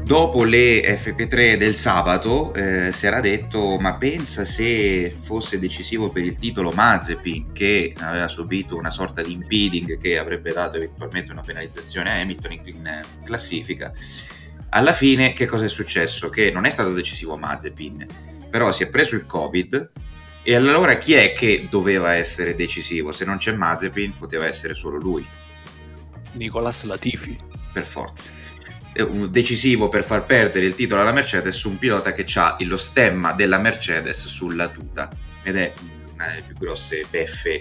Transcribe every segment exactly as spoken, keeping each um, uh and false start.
dopo le F P tre del sabato eh, si era detto: ma pensa se fosse decisivo per il titolo Mazepin, che aveva subito una sorta di impeding che avrebbe dato eventualmente una penalizzazione a Hamilton in, in classifica. Alla fine che cosa è successo? Che non è stato decisivo Mazepin, però si è preso il Covid, e allora chi è che doveva essere decisivo? Se non c'è Mazepin poteva essere solo lui, Nicolas Latifi, per forza. Decisivo per far perdere il titolo alla Mercedes un pilota che ha lo stemma della Mercedes sulla tuta, ed è una delle più grosse beffe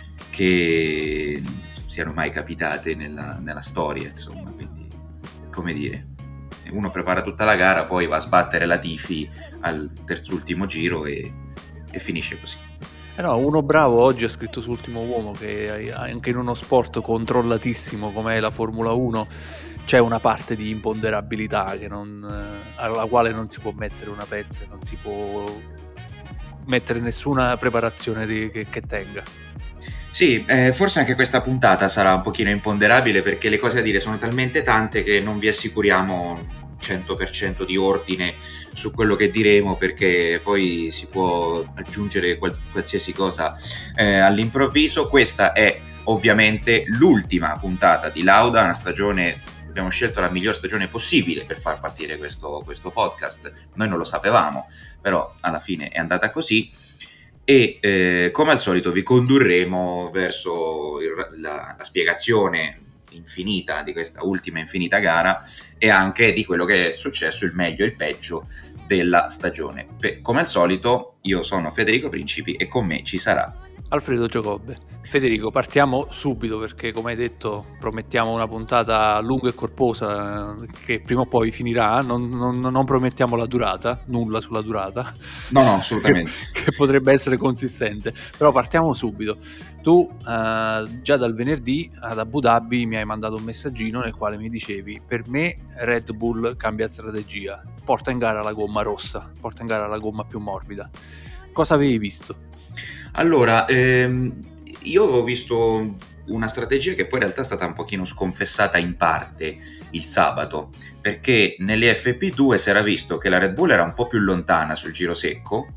che siano mai capitate nella, nella storia, insomma. Quindi, come dire, uno prepara tutta la gara, poi va a sbattere Latifi al terzultimo giro e, e finisce così. Eh no, uno bravo oggi ha scritto su Ultimo Uomo che anche in uno sport controllatissimo come la Formula uno c'è una parte di imponderabilità che non, alla quale non si può mettere una pezza, non si può mettere nessuna preparazione di, che, che tenga. Sì, eh, forse anche questa puntata sarà un pochino imponderabile, perché le cose a dire sono talmente tante che non vi assicuriamo cento per cento di ordine su quello che diremo, perché poi si può aggiungere quals- qualsiasi cosa eh, all'improvviso. Questa è ovviamente l'ultima puntata di Lauda, una stagione, abbiamo scelto la miglior stagione possibile per far partire questo, questo podcast. Noi non lo sapevamo, però alla fine è andata così. E eh, come al solito vi condurremo verso il, la, la spiegazione infinita di questa ultima infinita gara, e anche di quello che è successo, il meglio e il peggio della stagione. Beh, come al solito, io sono Federico Principi e con me ci sarà Alfredo Giacobbe. Federico, partiamo subito perché, come hai detto, promettiamo una puntata lunga e corposa che prima o poi finirà. Non, non, non promettiamo la durata, nulla sulla durata. No, no, assolutamente. che, che potrebbe essere consistente. Però partiamo subito. Tu eh, già dal venerdì ad Abu Dhabi mi hai mandato un messaggino nel quale mi dicevi: per me Red Bull cambia strategia, porta in gara la gomma rossa, porta in gara la gomma più morbida. Cosa avevi visto? Allora, ehm, io avevo visto una strategia che poi in realtà è stata un pochino sconfessata in parte il sabato, perché nelle F P due si era visto che la Red Bull era un po' più lontana sul giro secco,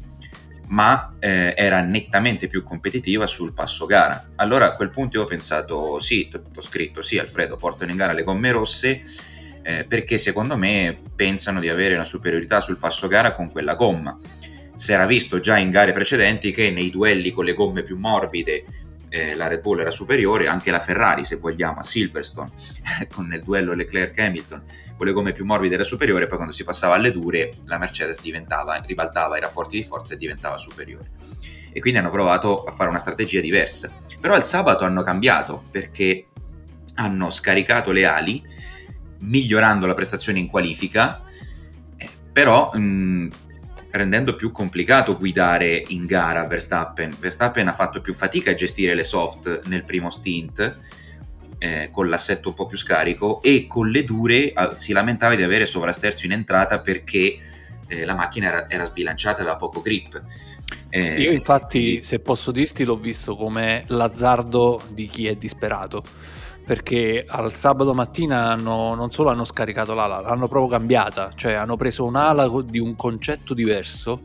ma eh, era nettamente più competitiva sul passo gara. Allora a quel punto io ho pensato: sì, ti ho scritto, sì Alfredo, portano in gara le gomme rosse, eh, perché secondo me pensano di avere una superiorità sul passo gara con quella gomma. Si era visto già in gare precedenti che nei duelli con le gomme più morbide eh, la Red Bull era superiore, anche la Ferrari, se vogliamo, a Silverstone con il duello Leclerc-Hamilton con le gomme più morbide era superiore, poi quando si passava alle dure la Mercedes diventava, ribaltava i rapporti di forza e diventava superiore, e quindi hanno provato a fare una strategia diversa. Però il sabato hanno cambiato, perché hanno scaricato le ali migliorando la prestazione in qualifica, eh, però mh, rendendo più complicato guidare in gara Verstappen. Verstappen ha fatto più fatica a gestire le soft nel primo stint, eh, con l'assetto un po' più scarico, e con le dure eh, si lamentava di avere sovrasterzo in entrata perché eh, la macchina era, era sbilanciata, aveva poco grip. Eh, Io infatti, quindi... se posso dirti, l'ho visto come l'azzardo di chi è disperato, perché al sabato mattina hanno, non solo hanno scaricato l'ala, l'hanno proprio cambiata, cioè hanno preso un'ala di un concetto diverso,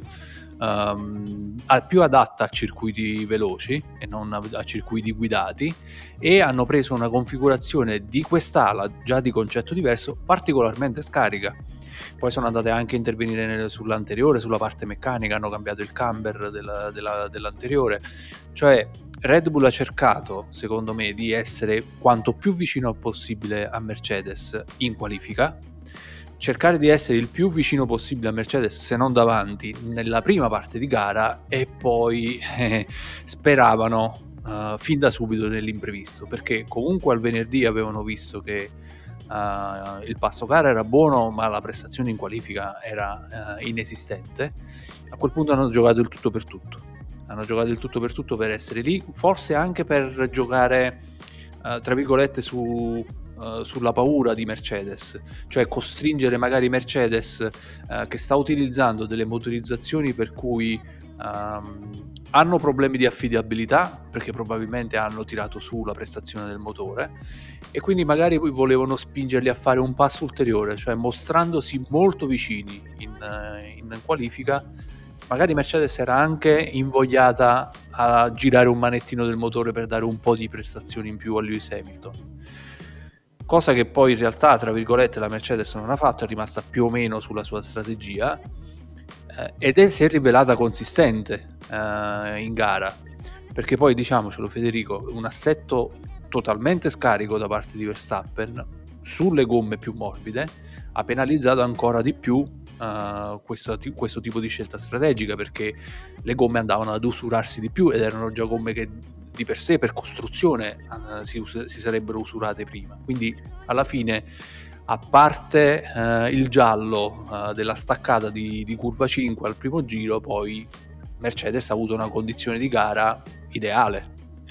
um, più adatta a circuiti veloci e non a, a circuiti guidati, e hanno preso una configurazione di quest'ala già di concetto diverso particolarmente scarica. Poi sono andate anche a intervenire nel, sull'anteriore, sulla parte meccanica, hanno cambiato il camber della, della, dell'anteriore. Cioè Red Bull ha cercato, secondo me, di essere quanto più vicino possibile a Mercedes in qualifica, cercare di essere il più vicino possibile a Mercedes, se non davanti, nella prima parte di gara, e poi eh, speravano uh, fin da subito nell'imprevisto, perché comunque al venerdì avevano visto che Uh, il passo gara era buono, ma la prestazione in qualifica era uh, inesistente. A quel punto hanno giocato il tutto per tutto hanno giocato il tutto per tutto per essere lì, forse anche per giocare uh, tra virgolette su, uh, sulla paura di Mercedes, cioè costringere magari Mercedes uh, che sta utilizzando delle motorizzazioni per cui um, hanno problemi di affidabilità perché probabilmente hanno tirato su la prestazione del motore e quindi magari poi volevano spingerli a fare un passo ulteriore, cioè mostrandosi molto vicini in, in qualifica. Magari Mercedes era anche invogliata a girare un manettino del motore per dare un po' di prestazioni in più a Lewis Hamilton, cosa che poi in realtà, tra virgolette, la Mercedes non ha fatto, è rimasta più o meno sulla sua strategia eh, ed è, si è rivelata consistente eh, in gara, perché poi, diciamocelo Federico, un assetto totalmente scarico da parte di Verstappen sulle gomme più morbide ha penalizzato ancora di più uh, questo, questo tipo di scelta strategica, perché le gomme andavano ad usurarsi di più ed erano già gomme che di per sé per costruzione uh, si, us- si sarebbero usurate prima. Quindi alla fine, a parte uh, il giallo uh, della staccata di, di curva cinque al primo giro, poi Mercedes ha avuto una condizione di gara ideale.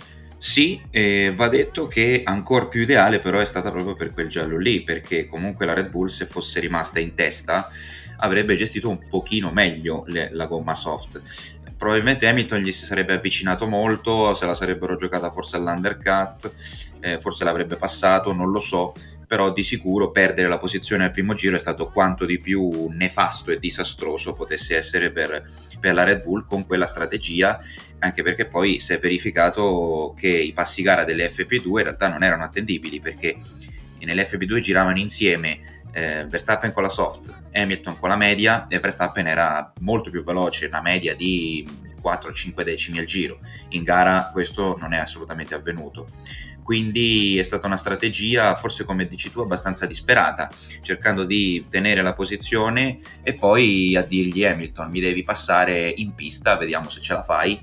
Sì, eh, va detto che ancora più ideale però è stata proprio per quel giallo lì, perché comunque la Red Bull, se fosse rimasta in testa, avrebbe gestito un pochino meglio le, la gomma soft. Probabilmente Hamilton gli si sarebbe avvicinato molto, se la sarebbero giocata forse all'undercut, eh, forse l'avrebbe passato, non lo so, però di sicuro perdere la posizione al primo giro è stato quanto di più nefasto e disastroso potesse essere per, per la Red Bull con quella strategia, anche perché poi si è verificato che i passi gara delle F P due in realtà non erano attendibili, perché nell'F P due giravano insieme eh, Verstappen con la soft, Hamilton con la media, e Verstappen era molto più veloce, una media di quattro cinque decimi al giro. In gara questo non è assolutamente avvenuto, quindi è stata una strategia, forse come dici tu, abbastanza disperata, cercando di tenere la posizione e poi a dirgli: Hamilton, mi devi passare in pista, vediamo se ce la fai,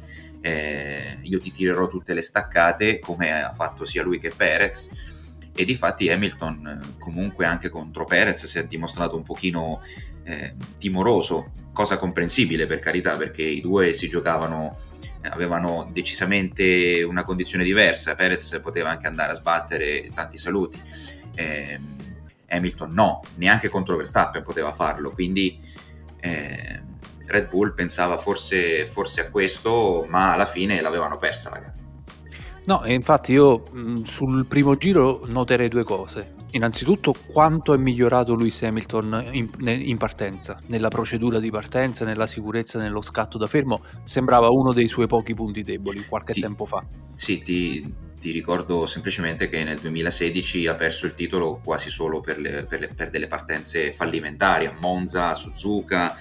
eh, io ti tirerò tutte le staccate, come ha fatto sia lui che Perez. E difatti Hamilton comunque anche contro Perez si è dimostrato un pochino eh, timoroso, cosa comprensibile per carità, perché i due si giocavano, avevano decisamente una condizione diversa. Perez poteva anche andare a sbattere, tanti saluti, eh, Hamilton no, neanche contro Verstappen poteva farlo, quindi eh, Red Bull pensava forse, forse a questo, ma alla fine l'avevano persa la gara. No, e infatti io mh, sul primo giro noterei due cose. Innanzitutto quanto è migliorato Lewis Hamilton in, in partenza, nella procedura di partenza, nella sicurezza, nello scatto da fermo. Sembrava uno dei suoi pochi punti deboli qualche ti, tempo fa. Sì, ti, ti ricordo semplicemente che nel duemilasedici ha perso il titolo quasi solo per, le, per, le, per delle partenze fallimentari, a Monza, a Suzuka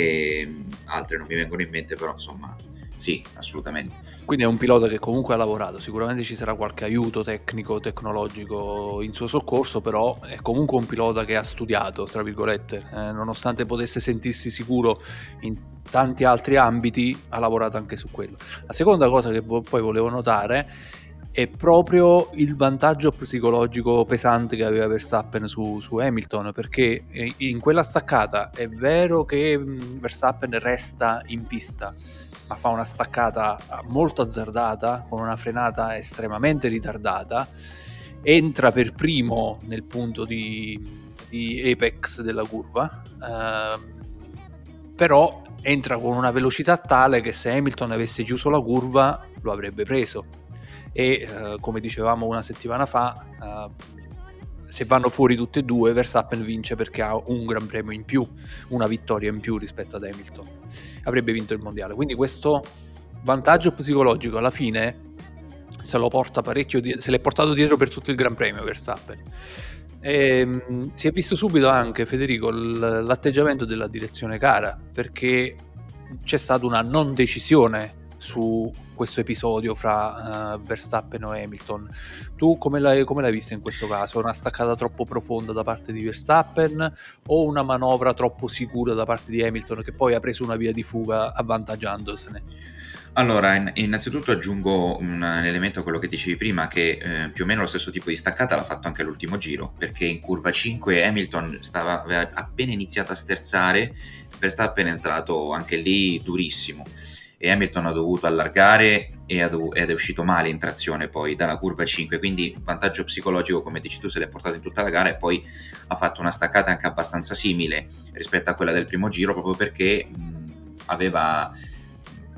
e altre non mi vengono in mente, però insomma sì, assolutamente. Quindi è un pilota che comunque ha lavorato, sicuramente ci sarà qualche aiuto tecnico, tecnologico in suo soccorso, però è comunque un pilota che ha studiato, tra virgolette, eh, nonostante potesse sentirsi sicuro in tanti altri ambiti, ha lavorato anche su quello. La seconda cosa che poi volevo notare è proprio il vantaggio psicologico pesante che aveva Verstappen su, su Hamilton, perché in quella staccata è vero che Verstappen resta in pista, ma fa una staccata molto azzardata, con una frenata estremamente ritardata, entra per primo nel punto di, di apex della curva, ehm, però entra con una velocità tale che se Hamilton avesse chiuso la curva lo avrebbe preso e eh, come dicevamo una settimana fa, eh, se vanno fuori tutte e due Verstappen vince perché ha un gran premio in più, una vittoria in più rispetto ad Hamilton, avrebbe vinto il mondiale. Quindi questo vantaggio psicologico alla fine se lo porta parecchio di- se l'è portato dietro per tutto il gran premio Verstappen. E, mh, si è visto subito anche, Federico, l- l'atteggiamento della direzione gara, perché c'è stata una non decisione su questo episodio fra uh, Verstappen e Hamilton. Tu come l'hai, come l'hai vista in questo caso? Una staccata troppo profonda da parte di Verstappen o una manovra troppo sicura da parte di Hamilton che poi ha preso una via di fuga avvantaggiandosene? Allora, in, innanzitutto aggiungo un, un elemento a quello che dicevi prima, che eh, più o meno lo stesso tipo di staccata l'ha fatto anche all'ultimo giro, perché in curva cinque Hamilton stava, aveva appena iniziato a sterzare, Verstappen è entrato anche lì durissimo e Hamilton ha dovuto allargare e ha dov- ed è uscito male in trazione poi dalla curva cinque, quindi vantaggio psicologico, come dici tu, se l'è portato in tutta la gara, e poi ha fatto una staccata anche abbastanza simile rispetto a quella del primo giro, proprio perché mh, aveva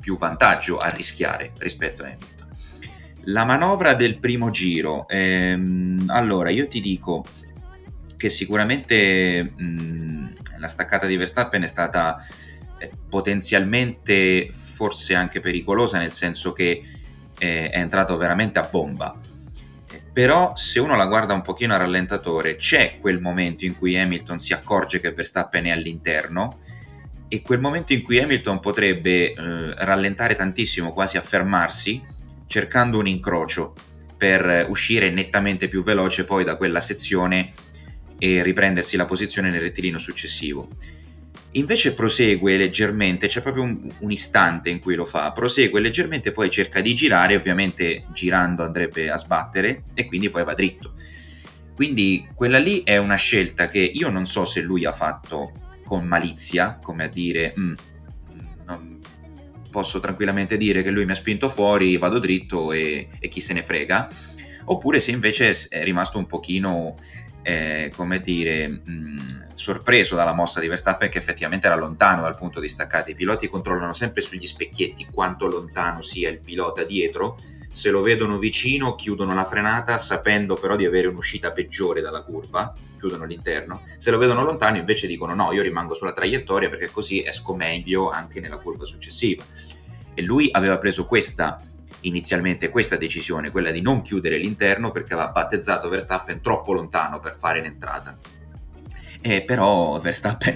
più vantaggio a rischiare rispetto a Hamilton. La manovra del primo giro, ehm, allora io ti dico che sicuramente mh, la staccata di Verstappen è stata eh, potenzialmente forse anche pericolosa, nel senso che eh, è entrato veramente a bomba. Eh, però se uno la guarda un pochino a rallentatore, c'è quel momento in cui Hamilton si accorge che Verstappen è all'interno, e quel momento in cui Hamilton potrebbe eh, rallentare tantissimo, quasi a fermarsi, cercando un incrocio per uscire nettamente più veloce poi da quella sezione e riprendersi la posizione nel rettilineo successivo. Invece prosegue leggermente, c'è proprio un, un istante in cui lo fa, prosegue leggermente, poi cerca di girare, ovviamente girando andrebbe a sbattere e quindi poi va dritto. Quindi quella lì è una scelta che io non so se lui ha fatto con malizia, come a dire mm, non posso tranquillamente dire che lui mi ha spinto fuori, vado dritto e, e chi se ne frega, oppure se invece è rimasto un pochino eh, come dire mh, sorpreso dalla mossa di Verstappen, che effettivamente era lontano dal punto di staccata. I piloti controllano sempre sugli specchietti quanto lontano sia il pilota dietro, se lo vedono vicino chiudono la frenata sapendo però di avere un'uscita peggiore dalla curva, chiudono l'interno. Se lo vedono lontano invece dicono no, io rimango sulla traiettoria perché così esco meglio anche nella curva successiva. E lui aveva preso questa inizialmente questa decisione, quella di non chiudere l'interno, perché aveva battezzato Verstappen troppo lontano per fare in entrata. E però Verstappen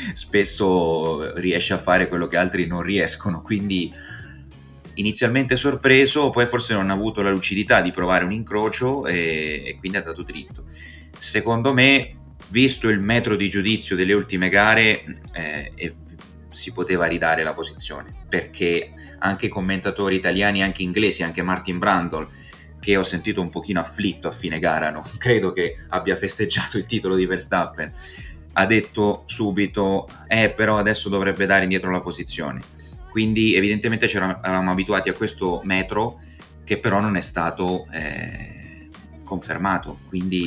spesso riesce a fare quello che altri non riescono, quindi inizialmente sorpreso, poi forse non ha avuto la lucidità di provare un incrocio e, e quindi ha dato dritto. Secondo me, visto il metro di giudizio delle ultime gare, eh, si poteva ridare la posizione, perché anche i commentatori italiani, anche inglesi, anche Martin Brundle, che ho sentito un pochino afflitto a fine gara, no? Credo che abbia festeggiato il titolo di Verstappen, ha detto subito eh però adesso dovrebbe dare indietro la posizione. Quindi evidentemente ci eravamo abituati a questo metro che però non è stato eh, confermato, quindi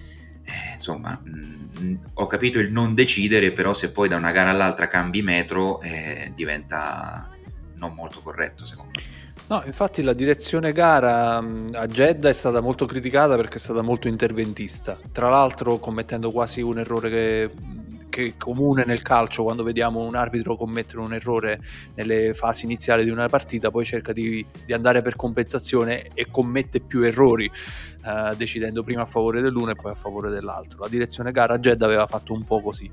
eh, insomma mh, ho capito il non decidere, però se poi da una gara all'altra cambi metro eh, diventa non molto corretto secondo me. No, infatti la direzione gara a Jeddah è stata molto criticata perché è stata molto interventista, tra l'altro commettendo quasi un errore che, che è comune nel calcio. Quando vediamo un arbitro commettere un errore nelle fasi iniziali di una partita, poi cerca di, di andare per compensazione e commette più errori, eh, decidendo prima a favore dell'uno e poi a favore dell'altro. La direzione gara a Jeddah aveva fatto un po' così.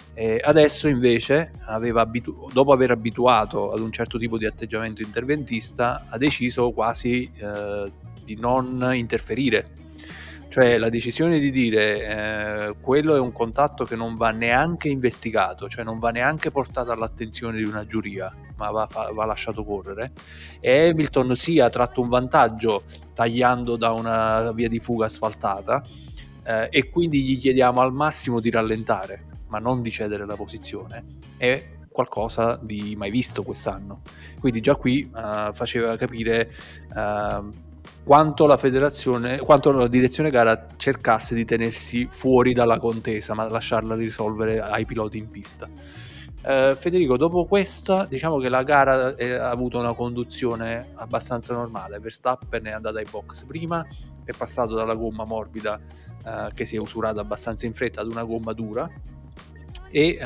E adesso invece, aveva abitu- dopo aver abituato ad un certo tipo di atteggiamento interventista, ha deciso quasi eh, di non interferire. Cioè la decisione di dire eh, quello è un contatto che non va neanche investigato, cioè non va neanche portato all'attenzione di una giuria, ma va, fa- va lasciato correre. E Hamilton sì, ha tratto un vantaggio tagliando da una via di fuga asfaltata, eh, e quindi gli chiediamo al massimo di rallentare, ma non di cedere la posizione. È qualcosa di mai visto quest'anno. Quindi già qui uh, faceva capire uh, quanto la federazione, quanto la direzione gara cercasse di tenersi fuori dalla contesa, ma lasciarla risolvere ai piloti in pista. Uh, Federico, dopo questa, diciamo che la gara è, ha avuto una conduzione abbastanza normale. Verstappen è andato ai box prima, è passato dalla gomma morbida uh, che si è usurata abbastanza in fretta ad una gomma dura, e uh,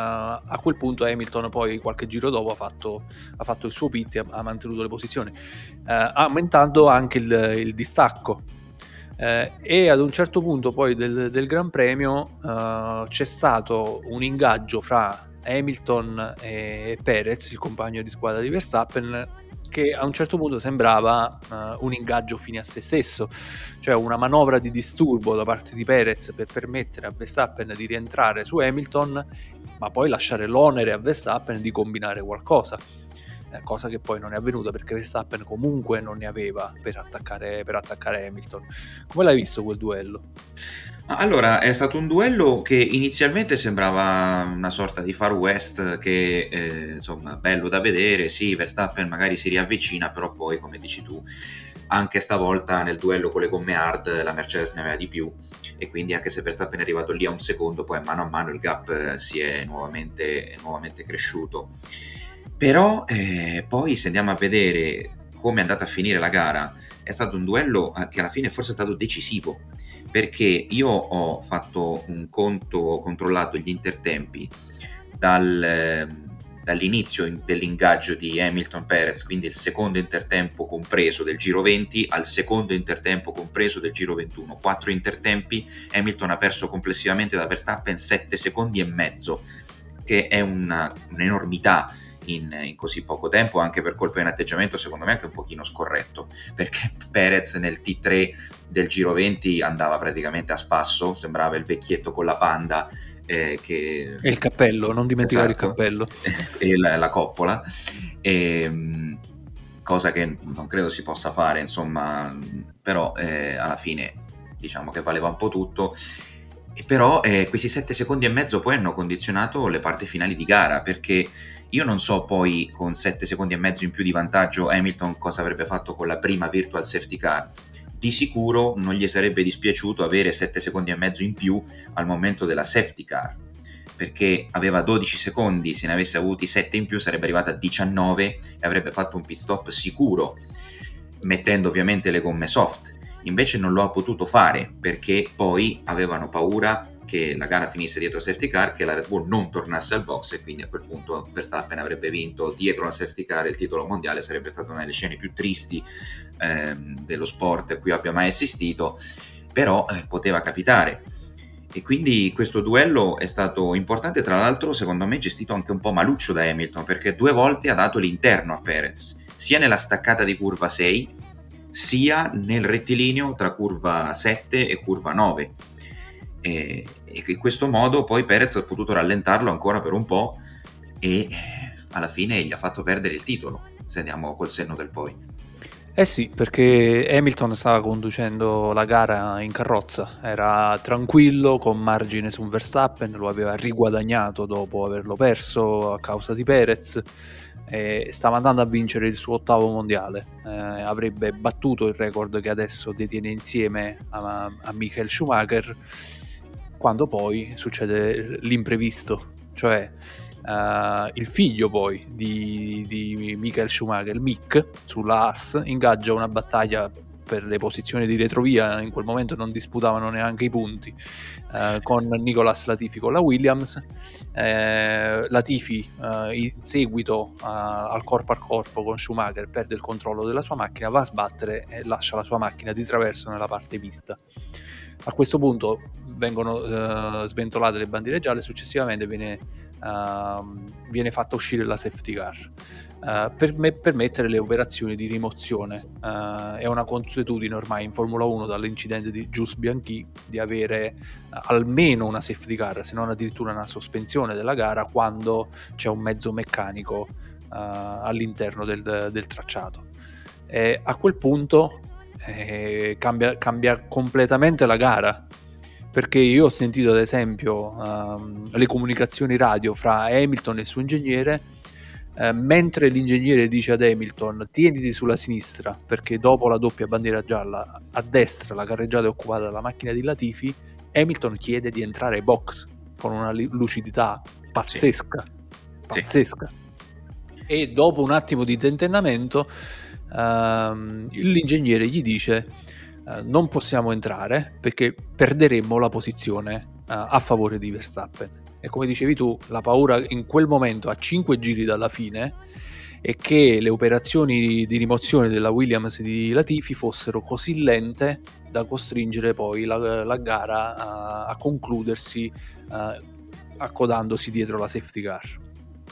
a quel punto Hamilton poi qualche giro dopo ha fatto, ha fatto il suo pit e ha, ha mantenuto le posizioni, uh, aumentando anche il, il distacco, uh, e ad un certo punto poi del, del Gran Premio uh, c'è stato un ingaggio fra Hamilton e Perez, il compagno di squadra di Verstappen, che a un certo punto sembrava uh, un ingaggio fine a se stesso, cioè una manovra di disturbo da parte di Perez per permettere a Verstappen di rientrare su Hamilton, ma poi lasciare l'onere a Verstappen di combinare qualcosa, eh, cosa che poi non è avvenuta perché Verstappen comunque non ne aveva per attaccare, per attaccare Hamilton. Come l'hai visto quel duello? Allora, è stato un duello che inizialmente sembrava una sorta di Far West che, eh, insomma, bello da vedere. Sì, Verstappen magari si riavvicina, però poi, come dici tu, anche stavolta nel duello con le gomme hard la Mercedes ne aveva di più, e quindi anche se Verstappen è arrivato lì a un secondo, poi mano a mano il gap si è nuovamente, è nuovamente cresciuto. Però eh, poi se andiamo a vedere come è andata a finire la gara, è stato un duello eh, che alla fine forse è stato decisivo, perché io ho fatto un conto, ho controllato gli intertempi dal, eh, dall'inizio in- dell'ingaggio di Hamilton-Perez, quindi il secondo intertempo compreso del giro venti al secondo intertempo compreso del giro ventuno. Quattro intertempi, Hamilton ha perso complessivamente da Verstappen sette secondi e mezzo, che è una, un'enormità in, in così poco tempo, anche per colpa di un atteggiamento secondo me anche un pochino scorretto, perché Perez nel T tre del giro venti andava praticamente a spasso, sembrava il vecchietto con la Panda eh, che... E il cappello, non dimenticare esatto, il cappello. e la, la coppola, e, cosa che non credo si possa fare, insomma, però eh, alla fine diciamo che valeva un po' tutto. E però eh, questi sette secondi e mezzo poi hanno condizionato le parti finali di gara, perché io non so poi con sette secondi e mezzo in più di vantaggio Hamilton cosa avrebbe fatto con la prima virtual safety car. Di sicuro non gli sarebbe dispiaciuto avere sette secondi e mezzo in più al momento della safety car, perché aveva dodici secondi, se ne avesse avuti sette in più sarebbe arrivato a diciannove e avrebbe fatto un pit stop sicuro, mettendo ovviamente le gomme soft. Invece non lo ha potuto fare perché poi avevano paura che la gara finisse dietro safety car, che la Red Bull non tornasse al box, e quindi a quel punto Verstappen avrebbe vinto dietro la safety car il titolo mondiale. Sarebbe stata una delle scene più tristi ehm, dello sport a cui abbia mai assistito, però eh, poteva capitare. E quindi questo duello è stato importante, tra l'altro secondo me gestito anche un po' maluccio da Hamilton, perché due volte ha dato l'interno a Perez, sia nella staccata di curva sei sia nel rettilineo tra curva sette e curva nove, e, e in questo modo poi Perez ha potuto rallentarlo ancora per un po' e alla fine gli ha fatto perdere il titolo, se andiamo col senno del poi. Eh sì, perché Hamilton stava conducendo la gara in carrozza, era tranquillo, con margine su Verstappen, lo aveva riguadagnato dopo averlo perso a causa di Perez, e stava andando a vincere il suo ottavo mondiale. Eh, avrebbe battuto il record che adesso detiene insieme a, a Michael Schumacher, quando poi succede l'imprevisto, cioè Uh, il figlio poi di, di Michael Schumacher, Mick, sulla Haas, ingaggia una battaglia per le posizioni di retrovia. In quel momento non disputavano neanche i punti, uh, con Nicolas Latifi con la Williams. uh, Latifi uh, in seguito uh, al corpo a corpo con Schumacher perde il controllo della sua macchina, va a sbattere e lascia la sua macchina di traverso nella parte pista. A questo punto vengono uh, sventolate le bandiere gialle, successivamente viene Uh, viene fatta uscire la safety car uh, per me- permettere le operazioni di rimozione. Uh, è una consuetudine ormai in Formula uno dall'incidente di Jules Bianchi di avere uh, almeno una safety car, se non addirittura una sospensione della gara quando c'è un mezzo meccanico uh, all'interno del, del tracciato. E a quel punto eh, cambia, cambia completamente la gara, perché io ho sentito ad esempio um, le comunicazioni radio fra Hamilton e il suo ingegnere, eh, mentre l'ingegnere dice ad Hamilton tieniti sulla sinistra perché dopo la doppia bandiera gialla a destra la carreggiata è occupata dalla macchina di Latifi, Hamilton chiede di entrare ai box con una lucidità pazzesca, sì. pazzesca sì. E dopo un attimo di tentennamento um, l'ingegnere gli dice Uh, non possiamo entrare perché perderemmo la posizione uh, a favore di Verstappen. E come dicevi tu, la paura in quel momento, a cinque giri dalla fine, è che le operazioni di rimozione della Williams di Latifi fossero così lente da costringere poi la, la gara a, a concludersi uh, accodandosi dietro la safety car.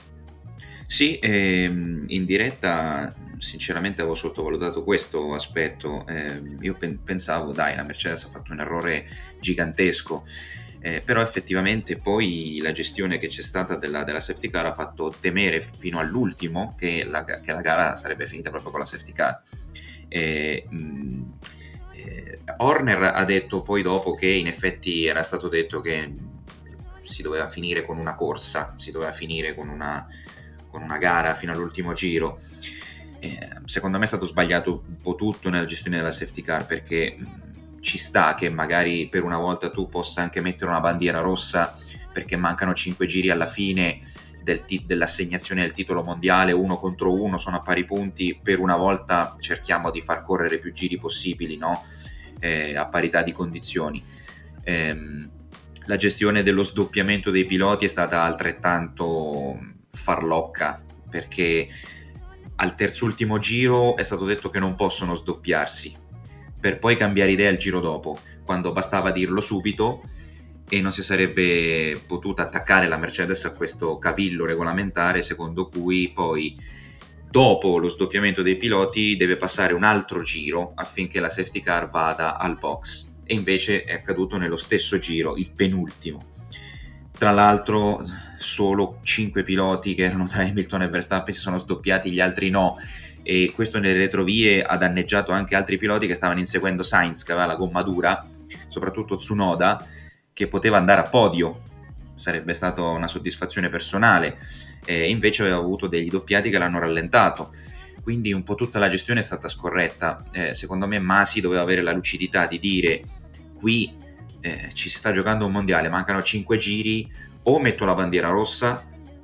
Sì, ehm, in diretta sinceramente avevo sottovalutato questo aspetto. Eh, io pen- pensavo dai, la Mercedes ha fatto un errore gigantesco, eh, però effettivamente poi la gestione che c'è stata della, della safety car ha fatto temere fino all'ultimo che la, che la gara sarebbe finita proprio con la safety car. Eh, mh, eh, Horner ha detto poi dopo che in effetti era stato detto che si doveva finire con una corsa, si doveva finire con una con una gara fino all'ultimo giro. Eh, secondo me è stato sbagliato un po' tutto nella gestione della safety car, perché mh, ci sta che magari per una volta tu possa anche mettere una bandiera rossa perché mancano cinque giri alla fine del ti- dell'assegnazione del titolo mondiale uno contro uno, sono a pari punti, per una volta cerchiamo di far correre più giri possibili, no? Eh, a parità di condizioni. Ehm, la gestione dello sdoppiamento dei piloti è stata altrettanto farlocca, perché al terzultimo giro è stato detto che non possono sdoppiarsi, per poi cambiare idea il giro dopo, quando bastava dirlo subito, e non si sarebbe potuta attaccare la Mercedes a questo cavillo regolamentare secondo cui poi dopo lo sdoppiamento dei piloti deve passare un altro giro affinché la safety car vada al box, e invece è accaduto nello stesso giro, il penultimo. Tra l'altro solo cinque piloti, che erano tra Hamilton e Verstappen, si sono sdoppiati, gli altri no, e questo nelle retrovie ha danneggiato anche altri piloti che stavano inseguendo Sainz, che aveva la gomma dura, soprattutto Tsunoda, che poteva andare a podio, sarebbe stata una soddisfazione personale, e invece aveva avuto degli doppiati che l'hanno rallentato. Quindi un po' tutta la gestione è stata scorretta. Eh, secondo me Masi doveva avere la lucidità di dire: qui eh, ci si sta giocando un mondiale, mancano cinque giri, o metto la bandiera rossa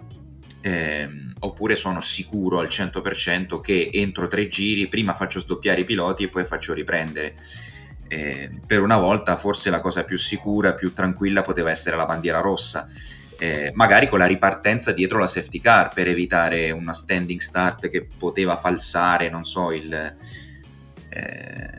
ehm, oppure sono sicuro al cento per cento che entro tre giri prima faccio sdoppiare i piloti e poi faccio riprendere. Eh, per una volta forse la cosa più sicura, più tranquilla poteva essere la bandiera rossa, eh, magari con la ripartenza dietro la safety car per evitare una standing start che poteva falsare, non so, il, eh,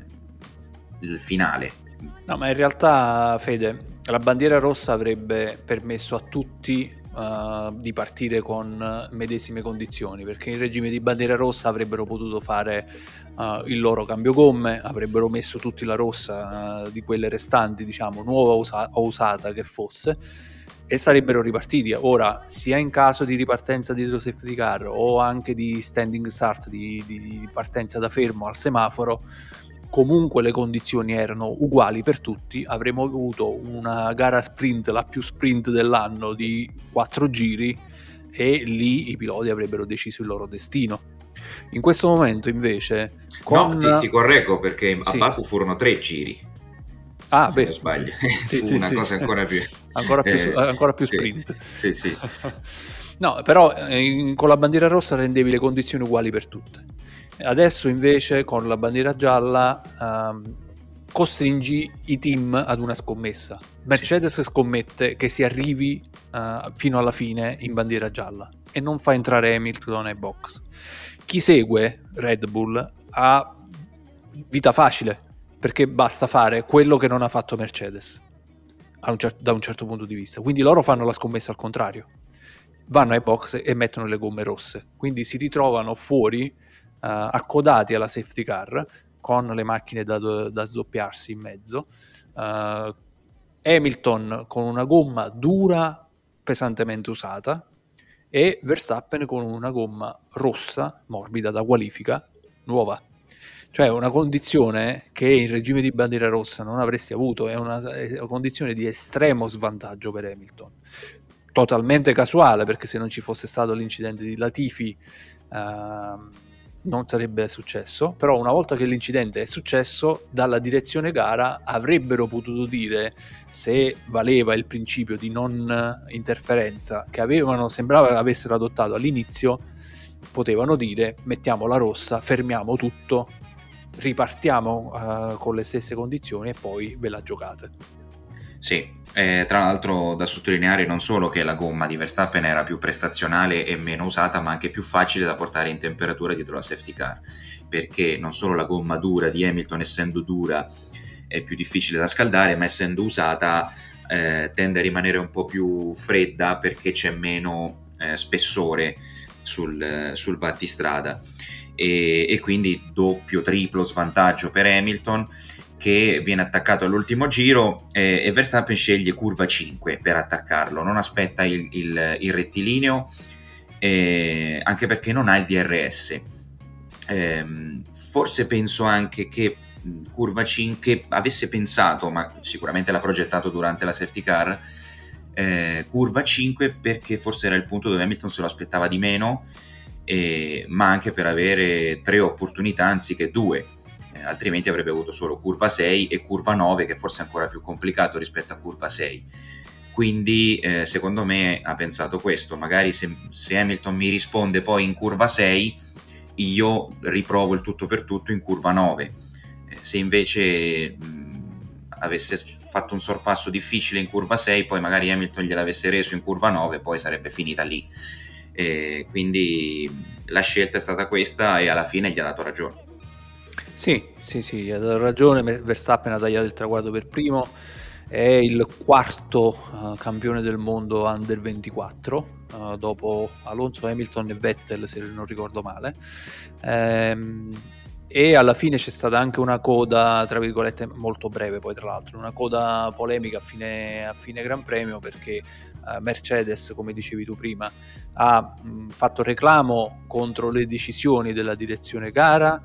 il finale. No, ma in realtà, Fede, la bandiera rossa avrebbe permesso a tutti uh, di partire con medesime condizioni, perché in regime di bandiera rossa avrebbero potuto fare uh, il loro cambio gomme, avrebbero messo tutti la rossa uh, di quelle restanti, diciamo, nuova o usa- usata che fosse, e sarebbero ripartiti. Ora, sia in caso di ripartenza dietro safety car o anche di standing start, di, di partenza da fermo al semaforo, comunque le condizioni erano uguali per tutti. Avremmo avuto una gara sprint, la più sprint dell'anno, di quattro giri, e lì i piloti avrebbero deciso il loro destino. In questo momento invece con... no, ti, ti correggo, perché a sì. Baku furono tre giri. Ah, se beh, non sbaglio, sì, fu sì, una sì. cosa ancora più ancora più, eh, ancora più sì, sprint. Sì, sì. No, però eh, con la bandiera rossa rendevi le condizioni uguali per tutte. Adesso invece con la bandiera gialla ehm, costringi i team ad una scommessa. Mercedes sì. scommette che si arrivi uh, fino alla fine in bandiera gialla e non fa entrare Hamilton ai box. Chi segue Red Bull ha vita facile, perché basta fare quello che non ha fatto Mercedes un cer- da un certo punto di vista. Quindi loro fanno la scommessa al contrario, vanno ai box e mettono le gomme rosse, quindi si ritrovano fuori uh, accodati alla safety car con le macchine da, da sdoppiarsi in mezzo, uh, Hamilton con una gomma dura pesantemente usata e Verstappen con una gomma rossa morbida da qualifica nuova. Cioè una condizione che in regime di bandiera rossa non avresti avuto, è una, è una condizione di estremo svantaggio per Hamilton, totalmente casuale, perché se non ci fosse stato l'incidente di Latifi uh, non sarebbe successo, però una volta che l'incidente è successo, dalla direzione gara avrebbero potuto dire, se valeva il principio di non interferenza che avevano, sembrava che avessero adottato all'inizio, potevano dire mettiamo la rossa, fermiamo tutto, ripartiamo uh, con le stesse condizioni e poi ve la giocate. Sì, eh, tra l'altro da sottolineare non solo che la gomma di Verstappen era più prestazionale e meno usata, ma anche più facile da portare in temperatura dietro la safety car, perché non solo la gomma dura di Hamilton, essendo dura, è più difficile da scaldare, ma essendo usata eh, tende a rimanere un po' più fredda perché c'è meno eh, spessore sul, sul battistrada. E, e quindi doppio, triplo svantaggio per Hamilton, che viene attaccato all'ultimo giro eh, e Verstappen sceglie curva cinque per attaccarlo, non aspetta il, il, il rettilineo, eh, anche perché non ha il D R S. Eh, forse penso anche che curva cinque avesse pensato, ma sicuramente l'ha progettato durante la safety car, eh, curva cinque perché forse era il punto dove Hamilton se lo aspettava di meno, eh, ma anche per avere tre opportunità anziché due, eh, altrimenti avrebbe avuto solo curva sei e curva nove, che forse è ancora più complicato rispetto a curva sei. quindi eh, secondo me ha pensato questo, magari se, se Hamilton mi risponde poi in curva sei, io riprovo il tutto per tutto in curva nove. Eh, se invece mh, avesse fatto un sorpasso difficile in curva sei, poi magari Hamilton gliel'avesse reso in curva nove, poi sarebbe finita lì. Eh, quindi la scelta è stata questa e alla fine gli ha dato ragione. Sì, sì, sì, gli ha dato ragione. Verstappen ha tagliato il traguardo per primo, è il quarto uh, campione del mondo under ventiquattro, uh, dopo Alonso, Hamilton e Vettel, se non ricordo male. Ehm, e alla fine c'è stata anche una coda, tra virgolette, molto breve, poi tra l'altro, una coda polemica a fine, a fine Gran Premio, perché uh, Mercedes, come dicevi tu prima, ha mh, fatto reclamo contro le decisioni della direzione gara,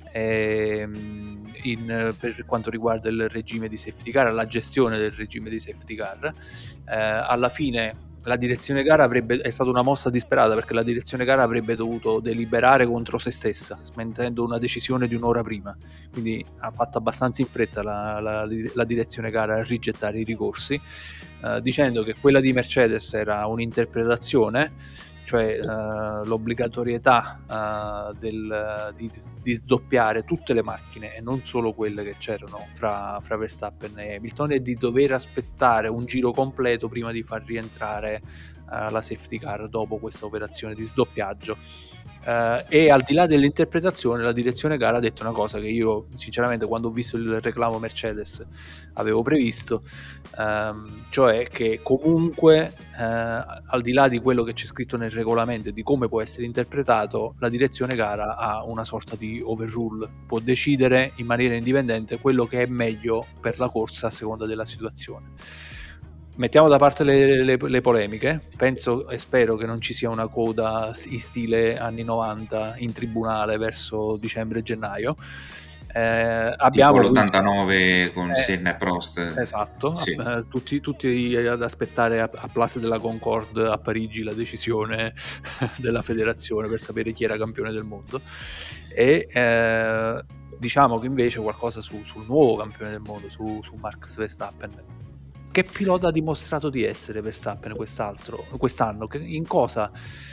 ehm, in, per quanto riguarda il regime di safety car, la gestione del regime di safety car. Eh, alla fine la direzione gara avrebbe, è stata una mossa disperata, perché la direzione gara avrebbe dovuto deliberare contro se stessa, smentendo una decisione di un'ora prima, quindi ha fatto abbastanza in fretta la, la, la direzione gara a rigettare i ricorsi, eh, dicendo che quella di Mercedes era un'interpretazione, cioè uh, l'obbligatorietà uh, del, di, di sdoppiare tutte le macchine e non solo quelle che c'erano fra, fra Verstappen e Hamilton, e di dover aspettare un giro completo prima di far rientrare uh, la safety car dopo questa operazione di sdoppiaggio. Uh, e al di là dell'interpretazione, la direzione gara ha detto una cosa che io sinceramente, quando ho visto il reclamo Mercedes, avevo previsto, um, cioè che comunque uh, al di là di quello che c'è scritto nel regolamento e di come può essere interpretato, la direzione gara ha una sorta di overrule, può decidere in maniera indipendente quello che è meglio per la corsa a seconda della situazione. Mettiamo da parte le, le, le polemiche, penso e spero che non ci sia una coda in stile anni novanta in tribunale verso dicembre-gennaio. Eh, abbiamo tipo l'ottantanove con eh, Senna e Prost. Esatto, sì. eh, tutti, tutti ad aspettare a, a Place de la Concorde a Parigi la decisione della federazione per sapere chi era campione del mondo. E eh, diciamo che invece qualcosa su, sul nuovo campione del mondo, su, su Max Verstappen. Che pilota ha dimostrato di essere Verstappen quest'altro, quest'anno? In cosa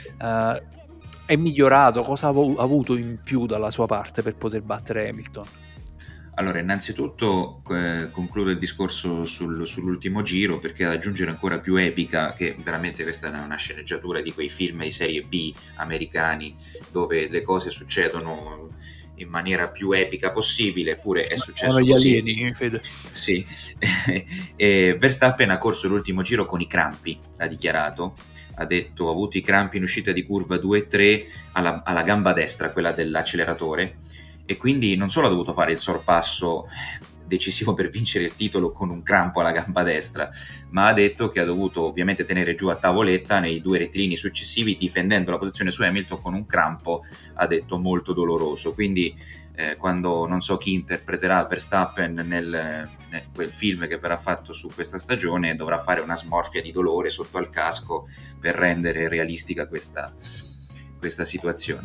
uh, è migliorato? Cosa ha av- avuto in più dalla sua parte per poter battere Hamilton? Allora, innanzitutto eh, concludo il discorso sul, sull'ultimo giro, perché ad aggiungere ancora più epica, che veramente questa è una sceneggiatura di quei film di serie B americani dove le cose succedono in maniera più epica possibile, eppure è successo Sono gli così. alieni, Fede. Sì. E Verstappen ha corso l'ultimo giro con i crampi, ha dichiarato, ha detto ho avuto i crampi in uscita di curva due e tre alla, alla gamba destra, quella dell'acceleratore, e quindi non solo ha dovuto fare il sorpasso decisivo per vincere il titolo con un crampo alla gamba destra, ma ha detto che ha dovuto ovviamente tenere giù a tavoletta nei due rettilini successivi, difendendo la posizione su Hamilton con un crampo, ha detto, molto doloroso. Quindi eh, quando non so chi interpreterà Verstappen nel, nel quel film che verrà fatto su questa stagione, dovrà fare una smorfia di dolore sotto al casco per rendere realistica questa, questa situazione.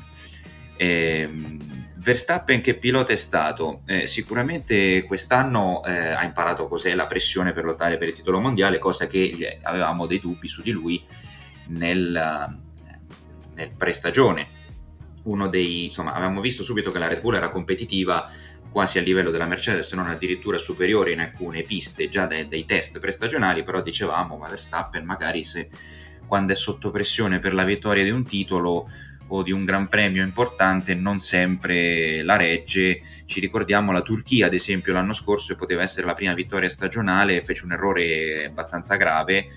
Ehm Verstappen che pilota è stato? Eh, sicuramente quest'anno eh, ha imparato cos'è la pressione per lottare per il titolo mondiale, cosa che avevamo dei dubbi su di lui nel, nel pre-stagione. Uno dei, insomma, avevamo visto subito che la Red Bull era competitiva quasi a livello della Mercedes, se non addirittura superiore in alcune piste già dai, dai test prestagionali, però dicevamo, ma Verstappen magari se quando è sotto pressione per la vittoria di un titolo o di un gran premio importante non sempre la regge. Ci ricordiamo la Turchia ad esempio l'anno scorso, e poteva essere la prima vittoria stagionale, fece un errore abbastanza grave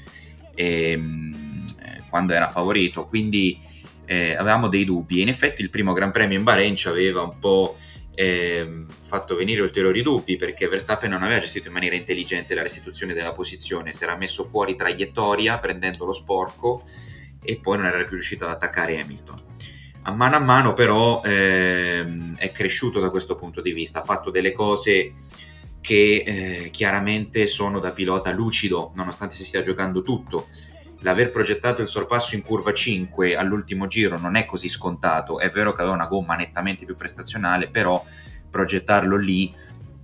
ehm, quando era favorito, quindi eh, avevamo dei dubbi, e in effetti il primo gran premio in Bahrain ci aveva un po' eh, fatto venire ulteriori dubbi, perché Verstappen non aveva gestito in maniera intelligente la restituzione della posizione, si era messo fuori traiettoria prendendo lo sporco e poi non era più riuscito ad attaccare Hamilton. A mano a mano però ehm, è cresciuto da questo punto di vista, ha fatto delle cose che eh, chiaramente sono da pilota lucido, nonostante si stia giocando tutto. L'aver progettato il sorpasso in curva cinque all'ultimo giro non è così scontato, è vero che aveva una gomma nettamente più prestazionale, però progettarlo lì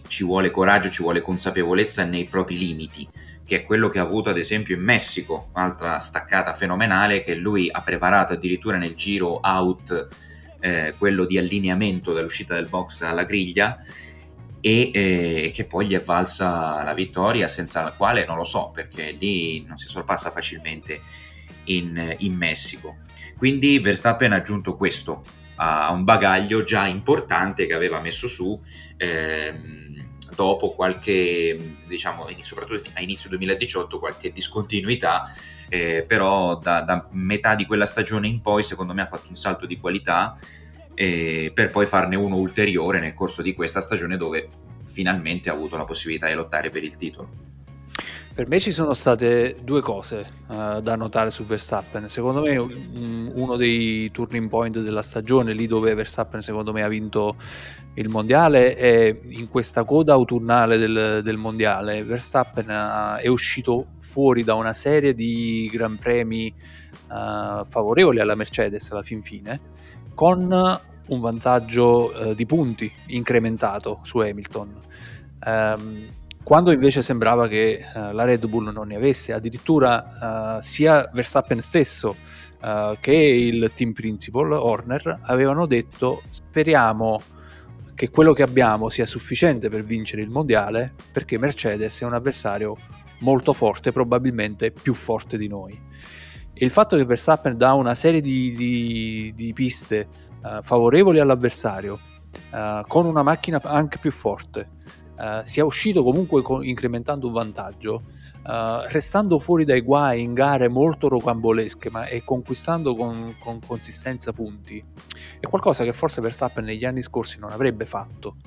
ci vuole coraggio, ci vuole consapevolezza nei propri limiti, che è quello che ha avuto ad esempio in Messico, un'altra staccata fenomenale che lui ha preparato addirittura nel giro out, eh, quello di allineamento dall'uscita del box alla griglia, e eh, che poi gli è valsa la vittoria, senza la quale non lo so, perché lì non si sorpassa facilmente in, in Messico. Quindi Verstappen ha aggiunto questo a un bagaglio già importante che aveva messo su ehm, dopo qualche, diciamo, soprattutto a inizio duemiladiciotto, qualche discontinuità, eh, però da, da metà di quella stagione in poi secondo me ha fatto un salto di qualità, eh, per poi farne uno ulteriore nel corso di questa stagione, dove finalmente ha avuto la possibilità di lottare per il titolo. Per me ci sono state due cose uh, da notare su Verstappen. Secondo me um, uno dei turning point della stagione, lì dove Verstappen secondo me ha vinto il mondiale, è in questa coda autunnale del, del mondiale. Verstappen uh, è uscito fuori da una serie di gran premi uh, favorevoli alla Mercedes alla fin fine, con un vantaggio uh, di punti incrementato su Hamilton. Um, quando invece sembrava che uh, la Red Bull non ne avesse, addirittura uh, sia Verstappen stesso uh, che il team principal Horner avevano detto: speriamo che quello che abbiamo sia sufficiente per vincere il mondiale, perché Mercedes è un avversario molto forte, probabilmente più forte di noi. E il fatto che Verstappen dà una serie di, di, di piste uh, favorevoli all'avversario, uh, con una macchina anche più forte, Uh, sia uscito comunque con, incrementando un vantaggio, uh, restando fuori dai guai in gare molto rocambolesche, ma e conquistando con, con consistenza punti, è qualcosa che forse Verstappen negli anni scorsi non avrebbe fatto.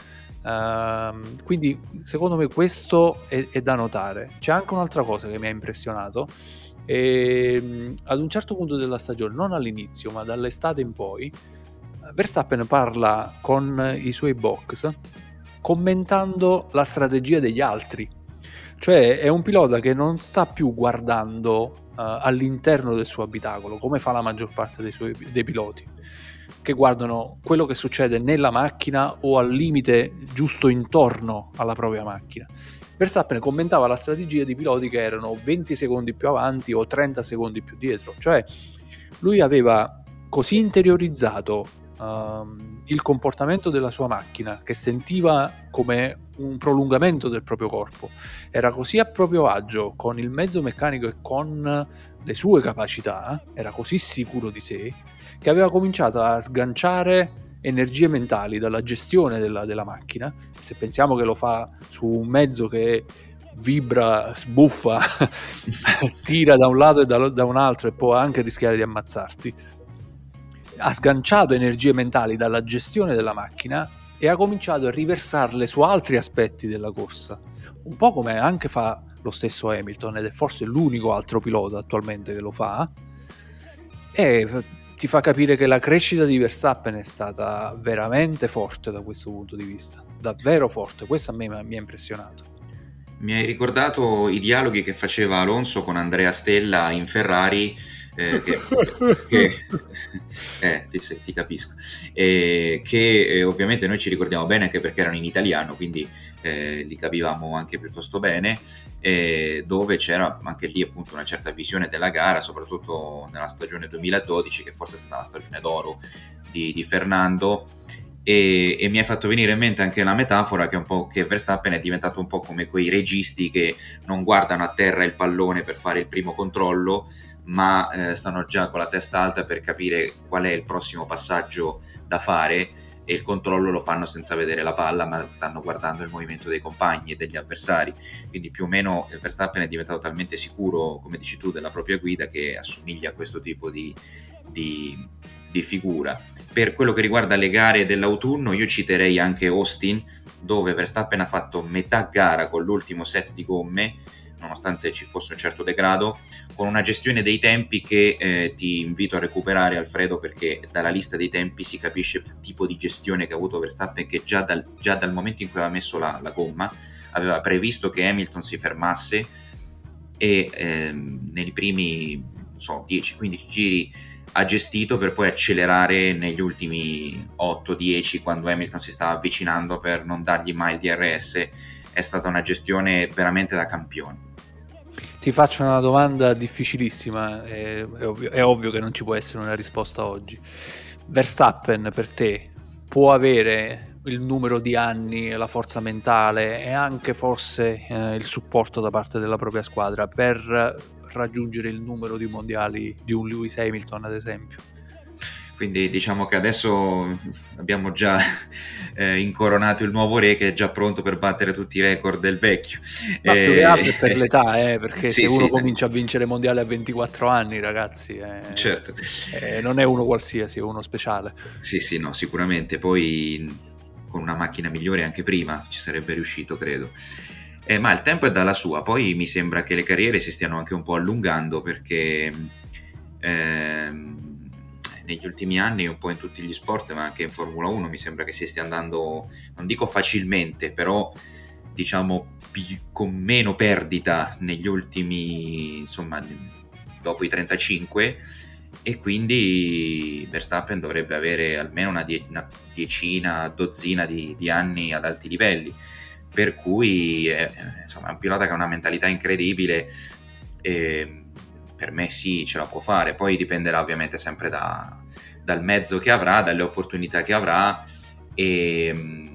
Uh, quindi secondo me questo è, è da notare. C'è anche un'altra cosa che mi ha impressionato, e, ad un certo punto della stagione, non all'inizio ma dall'estate in poi, Verstappen parla con i suoi box commentando la strategia degli altri. Cioè è un pilota che non sta più guardando uh, all'interno del suo abitacolo, come fa la maggior parte dei, suoi, dei piloti, che guardano quello che succede nella macchina o al limite giusto intorno alla propria macchina. Verstappen commentava la strategia di piloti che erano venti secondi più avanti o trenta secondi più dietro. Cioè lui aveva così interiorizzato Um, il comportamento della sua macchina, che sentiva come un prolungamento del proprio corpo, era così a proprio agio con il mezzo meccanico e con le sue capacità, era così sicuro di sé, che aveva cominciato a sganciare energie mentali dalla gestione della, della macchina. Se pensiamo che lo fa su un mezzo che vibra, sbuffa, tira da un lato e da, da un altro e può anche rischiare di ammazzarti, ha sganciato energie mentali dalla gestione della macchina e ha cominciato a riversarle su altri aspetti della corsa, un po' come anche fa lo stesso Hamilton, ed è forse l'unico altro pilota attualmente che lo fa, e ti fa capire che la crescita di Verstappen è stata veramente forte da questo punto di vista, davvero forte. Questo a me mi ha impressionato. Mi hai ricordato i dialoghi che faceva Alonso con Andrea Stella in Ferrari, eh, che, che eh, ti, ti capisco, eh, che eh, ovviamente noi ci ricordiamo bene anche perché erano in italiano, quindi eh, li capivamo anche piuttosto bene, eh, dove c'era anche lì appunto una certa visione della gara, soprattutto nella stagione duemiladodici, che forse è stata la stagione d'oro di, di Fernando. E, e mi hai fatto venire in mente anche la metafora che un po' che Verstappen è diventato un po' come quei registi che non guardano a terra il pallone per fare il primo controllo, ma eh, stanno già con la testa alta per capire qual è il prossimo passaggio da fare, e il controllo lo fanno senza vedere la palla, ma stanno guardando il movimento dei compagni e degli avversari. Quindi più o meno Verstappen è diventato talmente sicuro, come dici tu, della propria guida, che assomiglia a questo tipo di, di, di figura. Per quello che riguarda le gare dell'autunno, io citerei anche Austin, dove Verstappen ha fatto metà gara con l'ultimo set di gomme, nonostante ci fosse un certo degrado, con una gestione dei tempi che eh, ti invito a recuperare, Alfredo, perché dalla lista dei tempi si capisce il tipo di gestione che ha avuto Verstappen, che già dal, già dal momento in cui aveva messo la, la gomma aveva previsto che Hamilton si fermasse, e ehm, nei primi so, dieci quindici giri ha gestito per poi accelerare negli ultimi otto dieci, quando Hamilton si stava avvicinando per non dargli mai il D R S. È stata una gestione veramente da campione. Ti faccio una domanda difficilissima, è, è, ovvio, è ovvio che non ci può essere una risposta oggi. Verstappen per te può avere il numero di anni, la forza mentale e anche forse eh, il supporto da parte della propria squadra per raggiungere il numero di mondiali di un Lewis Hamilton, ad esempio? Quindi diciamo che adesso abbiamo già eh, incoronato il nuovo re, che è già pronto per battere tutti i record del vecchio. Ma eh, più che altro è per l'età, eh, perché sì, se uno sì, comincia a vincere mondiali a ventiquattro anni, ragazzi, eh, certo. eh, non è uno qualsiasi, è uno speciale. Sì, sì, no, sicuramente. Poi con una macchina migliore anche prima ci sarebbe riuscito, credo. Eh, ma il tempo è dalla sua. Poi mi sembra che le carriere si stiano anche un po' allungando, perché ehm, negli ultimi anni, un po' in tutti gli sport, ma anche in Formula uno, mi sembra che si stia andando, non dico facilmente, però diciamo pi- con meno perdita negli ultimi, insomma, dopo i trentacinque, e quindi Verstappen dovrebbe avere almeno una, die- una decina, dozzina di, di anni ad alti livelli, per cui è, insomma, è un pilota che ha una mentalità incredibile, e per me sì, ce la può fare. Poi dipenderà ovviamente sempre da, dal mezzo che avrà, dalle opportunità che avrà, e,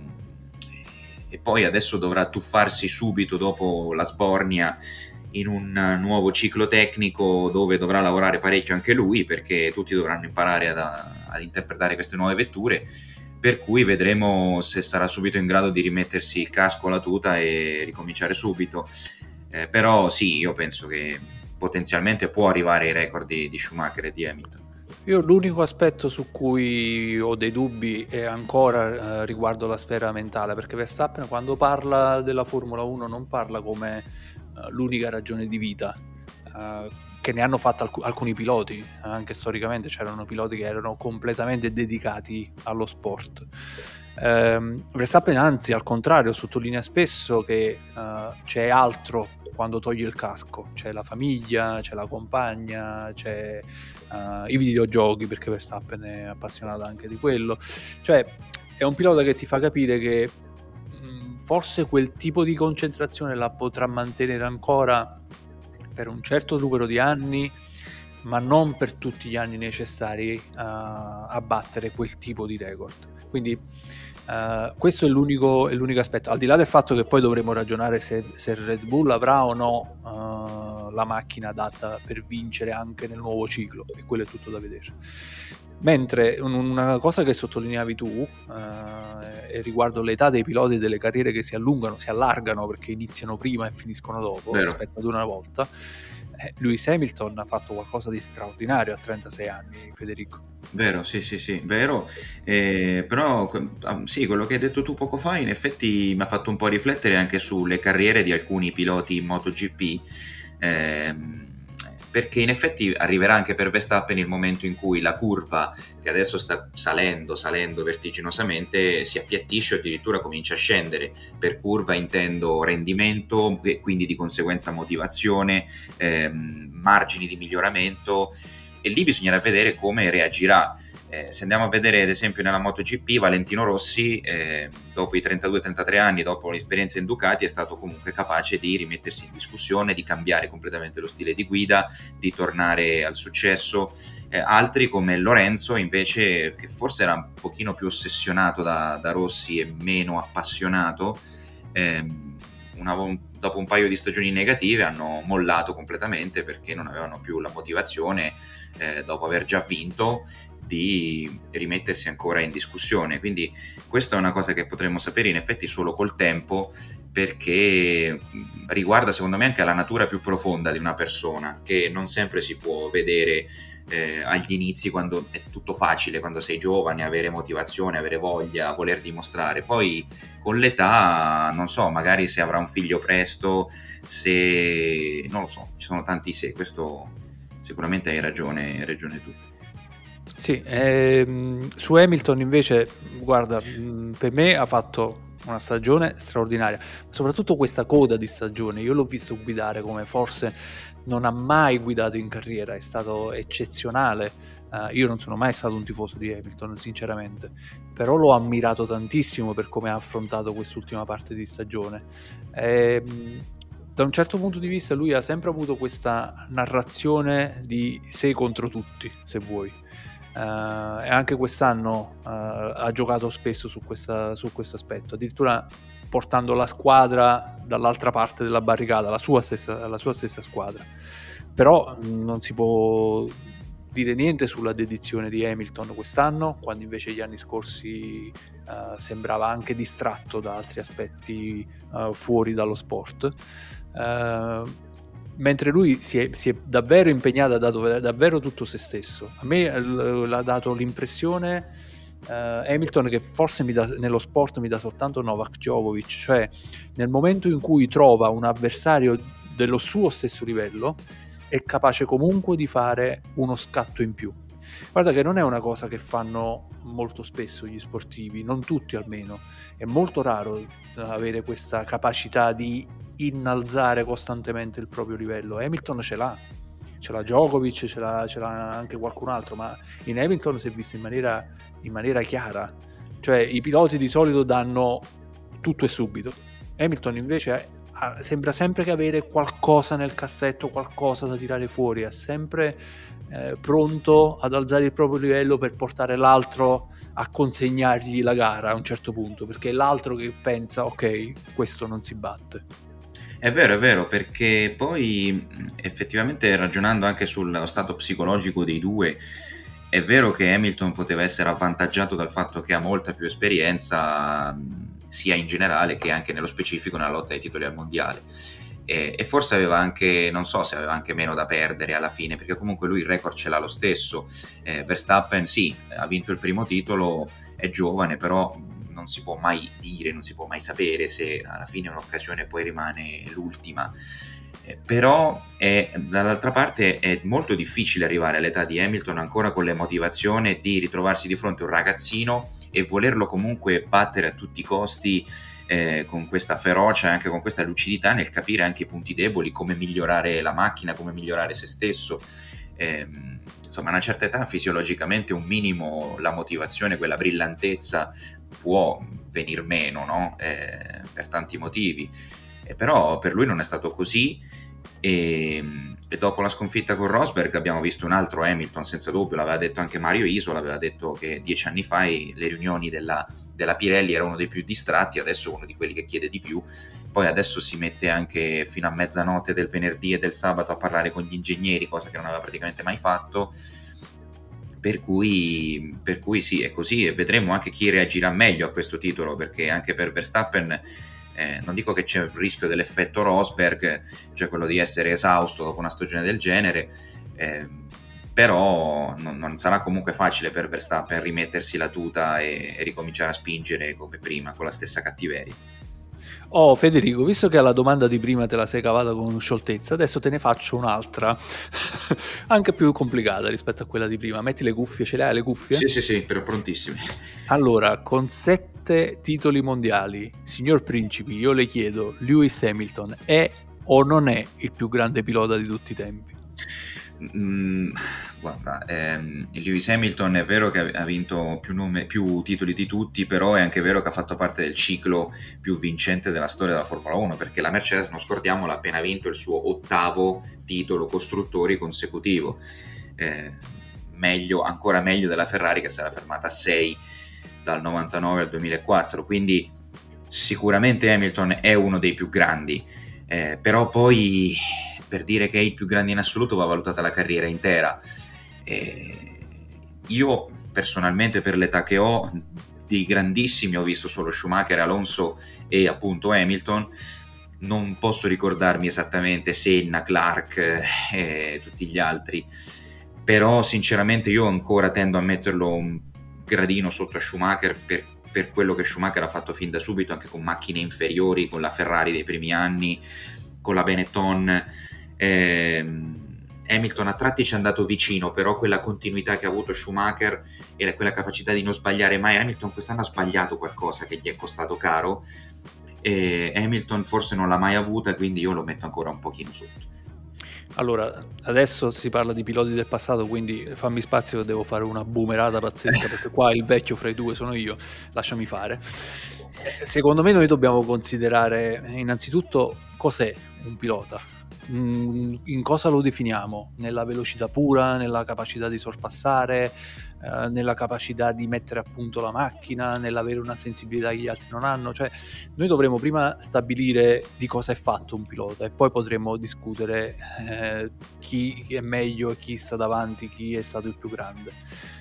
e poi adesso dovrà tuffarsi subito dopo la sbornia in un nuovo ciclo tecnico, dove dovrà lavorare parecchio anche lui, perché tutti dovranno imparare ad, ad interpretare queste nuove vetture, per cui vedremo se sarà subito in grado di rimettersi il casco, la tuta e ricominciare subito. Eh, però sì, io penso che potenzialmente può arrivare ai record di, di Schumacher e di Hamilton. Io l'unico aspetto su cui ho dei dubbi è ancora eh, riguardo la sfera mentale, perché Verstappen quando parla della Formula uno non parla come eh, l'unica ragione di vita, eh, che ne hanno fatto alc- alcuni piloti, anche storicamente c'erano piloti che erano completamente dedicati allo sport. Eh, Verstappen anzi al contrario sottolinea spesso che eh, c'è altro quando toglie il casco, c'è la famiglia, c'è la compagna, c'è uh, i videogiochi, perché Verstappen è appassionato anche di quello. Cioè è un pilota che ti fa capire che mh, forse quel tipo di concentrazione la potrà mantenere ancora per un certo numero di anni, ma non per tutti gli anni necessari a, a battere quel tipo di record. Quindi uh, questo è l'unico, è l'unico aspetto, al di là del fatto che poi dovremo ragionare se, se Red Bull avrà o no uh, la macchina adatta per vincere anche nel nuovo ciclo, e quello è tutto da vedere. Mentre una cosa che sottolineavi tu uh, è riguardo l'età dei piloti e delle carriere che si allungano, si allargano perché iniziano prima e finiscono dopo, Vero. rispetto ad una volta. eh, Lewis Hamilton ha fatto qualcosa di straordinario a trentasei anni, Federico. Vero, sì, sì, sì, vero. Eh, però sì, quello che hai detto tu poco fa in effetti mi ha fatto un po' riflettere anche sulle carriere di alcuni piloti in MotoGP, ehm, perché in effetti arriverà anche per Verstappen il momento in cui la curva, che adesso sta salendo, salendo vertiginosamente, si appiattisce o addirittura comincia a scendere. Per curva intendo rendimento e quindi di conseguenza motivazione, ehm, margini di miglioramento, e lì bisognerà vedere come reagirà. Eh, se andiamo a vedere ad esempio nella MotoGP, Valentino Rossi eh, dopo i trentadue trentatré anni, dopo l'esperienza in Ducati, è stato comunque capace di rimettersi in discussione, di cambiare completamente lo stile di guida, di tornare al successo. Eh, altri come Lorenzo invece, che forse era un pochino più ossessionato da, da Rossi e meno appassionato, ehm, una, dopo un paio di stagioni negative hanno mollato completamente, perché non avevano più la motivazione, eh, dopo aver già vinto, di rimettersi ancora in discussione. Quindi questa è una cosa che potremmo sapere in effetti solo col tempo, perché riguarda secondo me anche la natura più profonda di una persona, che non sempre si può vedere eh, agli inizi, quando è tutto facile, quando sei giovane, avere motivazione, avere voglia, voler dimostrare. Poi con l'età, non so, magari se avrà un figlio presto, se non lo so, ci sono tanti se, questo sicuramente hai ragione, hai ragione tu. Sì, ehm, su Hamilton invece, guarda, mh, per me ha fatto una stagione straordinaria, soprattutto questa coda di stagione, io l'ho visto guidare come forse non ha mai guidato in carriera, è stato eccezionale. Uh, io non sono mai stato un tifoso di Hamilton, sinceramente, però l'ho ammirato tantissimo per come ha affrontato quest'ultima parte di stagione. E, da un certo punto di vista lui ha sempre avuto questa narrazione di sé contro tutti, se vuoi. Uh, e anche quest'anno uh, ha giocato spesso su, questa, su questo aspetto, addirittura portando la squadra dall'altra parte della barricata, la sua stessa, la sua stessa squadra. Però non si può dire niente sulla dedizione di Hamilton quest'anno, quando invece gli anni scorsi uh, sembrava anche distratto da altri aspetti uh, fuori dallo sport. Uh, mentre lui si è, si è davvero impegnato, ha dato davvero tutto se stesso. A me l- l'ha dato l'impressione uh, Hamilton che forse mi dà, nello sport mi dà soltanto Novak Djokovic, cioè nel momento in cui trova un avversario dello suo stesso livello è capace comunque di fare uno scatto in più. Guarda che non è una cosa che fanno molto spesso gli sportivi, non tutti almeno. È molto raro avere questa capacità di innalzare costantemente il proprio livello. Hamilton ce l'ha, ce l'ha Djokovic, ce l'ha, ce l'ha anche qualcun altro, ma in Hamilton si è visto in maniera, in maniera chiara. Cioè i piloti di solito danno tutto e subito. Hamilton invece sembra sempre che avere qualcosa nel cassetto, qualcosa da tirare fuori, è sempre eh, pronto ad alzare il proprio livello per portare l'altro a consegnargli la gara a un certo punto, perché è l'altro che pensa ok, questo non si batte. È vero, è vero, perché poi effettivamente ragionando anche sullo stato psicologico dei due, è vero che Hamilton poteva essere avvantaggiato dal fatto che ha molta più esperienza sia in generale che anche nello specifico nella lotta ai titoli al mondiale, e, e forse aveva anche, non so se aveva anche meno da perdere alla fine, perché comunque lui il record ce l'ha lo stesso. eh, Verstappen sì, ha vinto il primo titolo, è giovane, però non si può mai dire, non si può mai sapere se alla fine un'occasione poi rimane l'ultima. Eh, però è, dall'altra parte è molto difficile arrivare all'età di Hamilton ancora con la motivazione di ritrovarsi di fronte a un ragazzino e volerlo comunque battere a tutti i costi, eh, con questa ferocia e anche con questa lucidità nel capire anche i punti deboli, come migliorare la macchina, come migliorare se stesso. Eh, insomma, a una certa età fisiologicamente un minimo la motivazione, quella brillantezza può venir meno, no? Eh, per tanti motivi. Eh, però per lui non è stato così, e, e dopo la sconfitta con Rosberg abbiamo visto un altro Hamilton, senza dubbio. L'aveva detto anche Mario Isola, aveva detto che dieci anni fa le riunioni della, della Pirelli era uno dei più distratti, adesso uno di quelli che chiede di più. Poi adesso si mette anche fino a mezzanotte del venerdì e del sabato a parlare con gli ingegneri, cosa che non aveva praticamente mai fatto. Per cui, per cui sì, è così, e vedremo anche chi reagirà meglio a questo titolo, perché anche per Verstappen eh, non dico che c'è il rischio dell'effetto Rosberg, cioè quello di essere esausto dopo una stagione del genere, eh, però non, non sarà comunque facile per Verstappen rimettersi la tuta e, e ricominciare a spingere come prima con la stessa cattiveria. Oh Federico, visto che alla domanda di prima te la sei cavata con scioltezza, adesso te ne faccio un'altra anche più complicata rispetto a quella di prima. Metti le cuffie, ce le hai le cuffie? Sì, sì, sì, però prontissime. Allora, con sette titoli mondiali, signor Principi, io le chiedo, Lewis Hamilton è o non è il più grande pilota di tutti i tempi? Mm, guarda, ehm, Lewis Hamilton è vero che ha vinto più, nome, più titoli di tutti, però è anche vero che ha fatto parte del ciclo più vincente della storia della Formula uno, perché la Mercedes, non scordiamolo, ha appena vinto il suo ottavo titolo costruttori consecutivo, eh, meglio, ancora meglio della Ferrari che si era fermata a sei dal novantanove al duemilaquattro, quindi sicuramente Hamilton è uno dei più grandi, eh, però poi per dire che è il più grande in assoluto va valutata la carriera intera. Eh, io personalmente, per l'età che ho, dei grandissimi ho visto solo Schumacher, Alonso e appunto Hamilton. Non posso ricordarmi esattamente Senna, Clark e eh, tutti gli altri, però sinceramente io ancora tendo a metterlo un gradino sotto a Schumacher per, per quello che Schumacher ha fatto fin da subito, anche con macchine inferiori, con la Ferrari dei primi anni, con la Benetton. Eh, Hamilton a tratti ci è andato vicino, però quella continuità che ha avuto Schumacher e quella capacità di non sbagliare mai, Hamilton quest'anno ha sbagliato qualcosa che gli è costato caro, e Hamilton forse non l'ha mai avuta, quindi io lo metto ancora un pochino sotto. Allora, adesso si parla di piloti del passato, quindi fammi spazio che devo fare una boomerata pazzesca, perché qua il vecchio fra i due sono io, lasciami fare. Secondo me noi dobbiamo considerare innanzitutto cos'è un pilota, in cosa lo definiamo, nella velocità pura, nella capacità di sorpassare, eh, nella capacità di mettere a punto la macchina, nell'avere una sensibilità che gli altri non hanno. Cioè noi dovremo prima stabilire di cosa è fatto un pilota e poi potremo discutere eh, chi è meglio e chi sta davanti, chi è stato il più grande.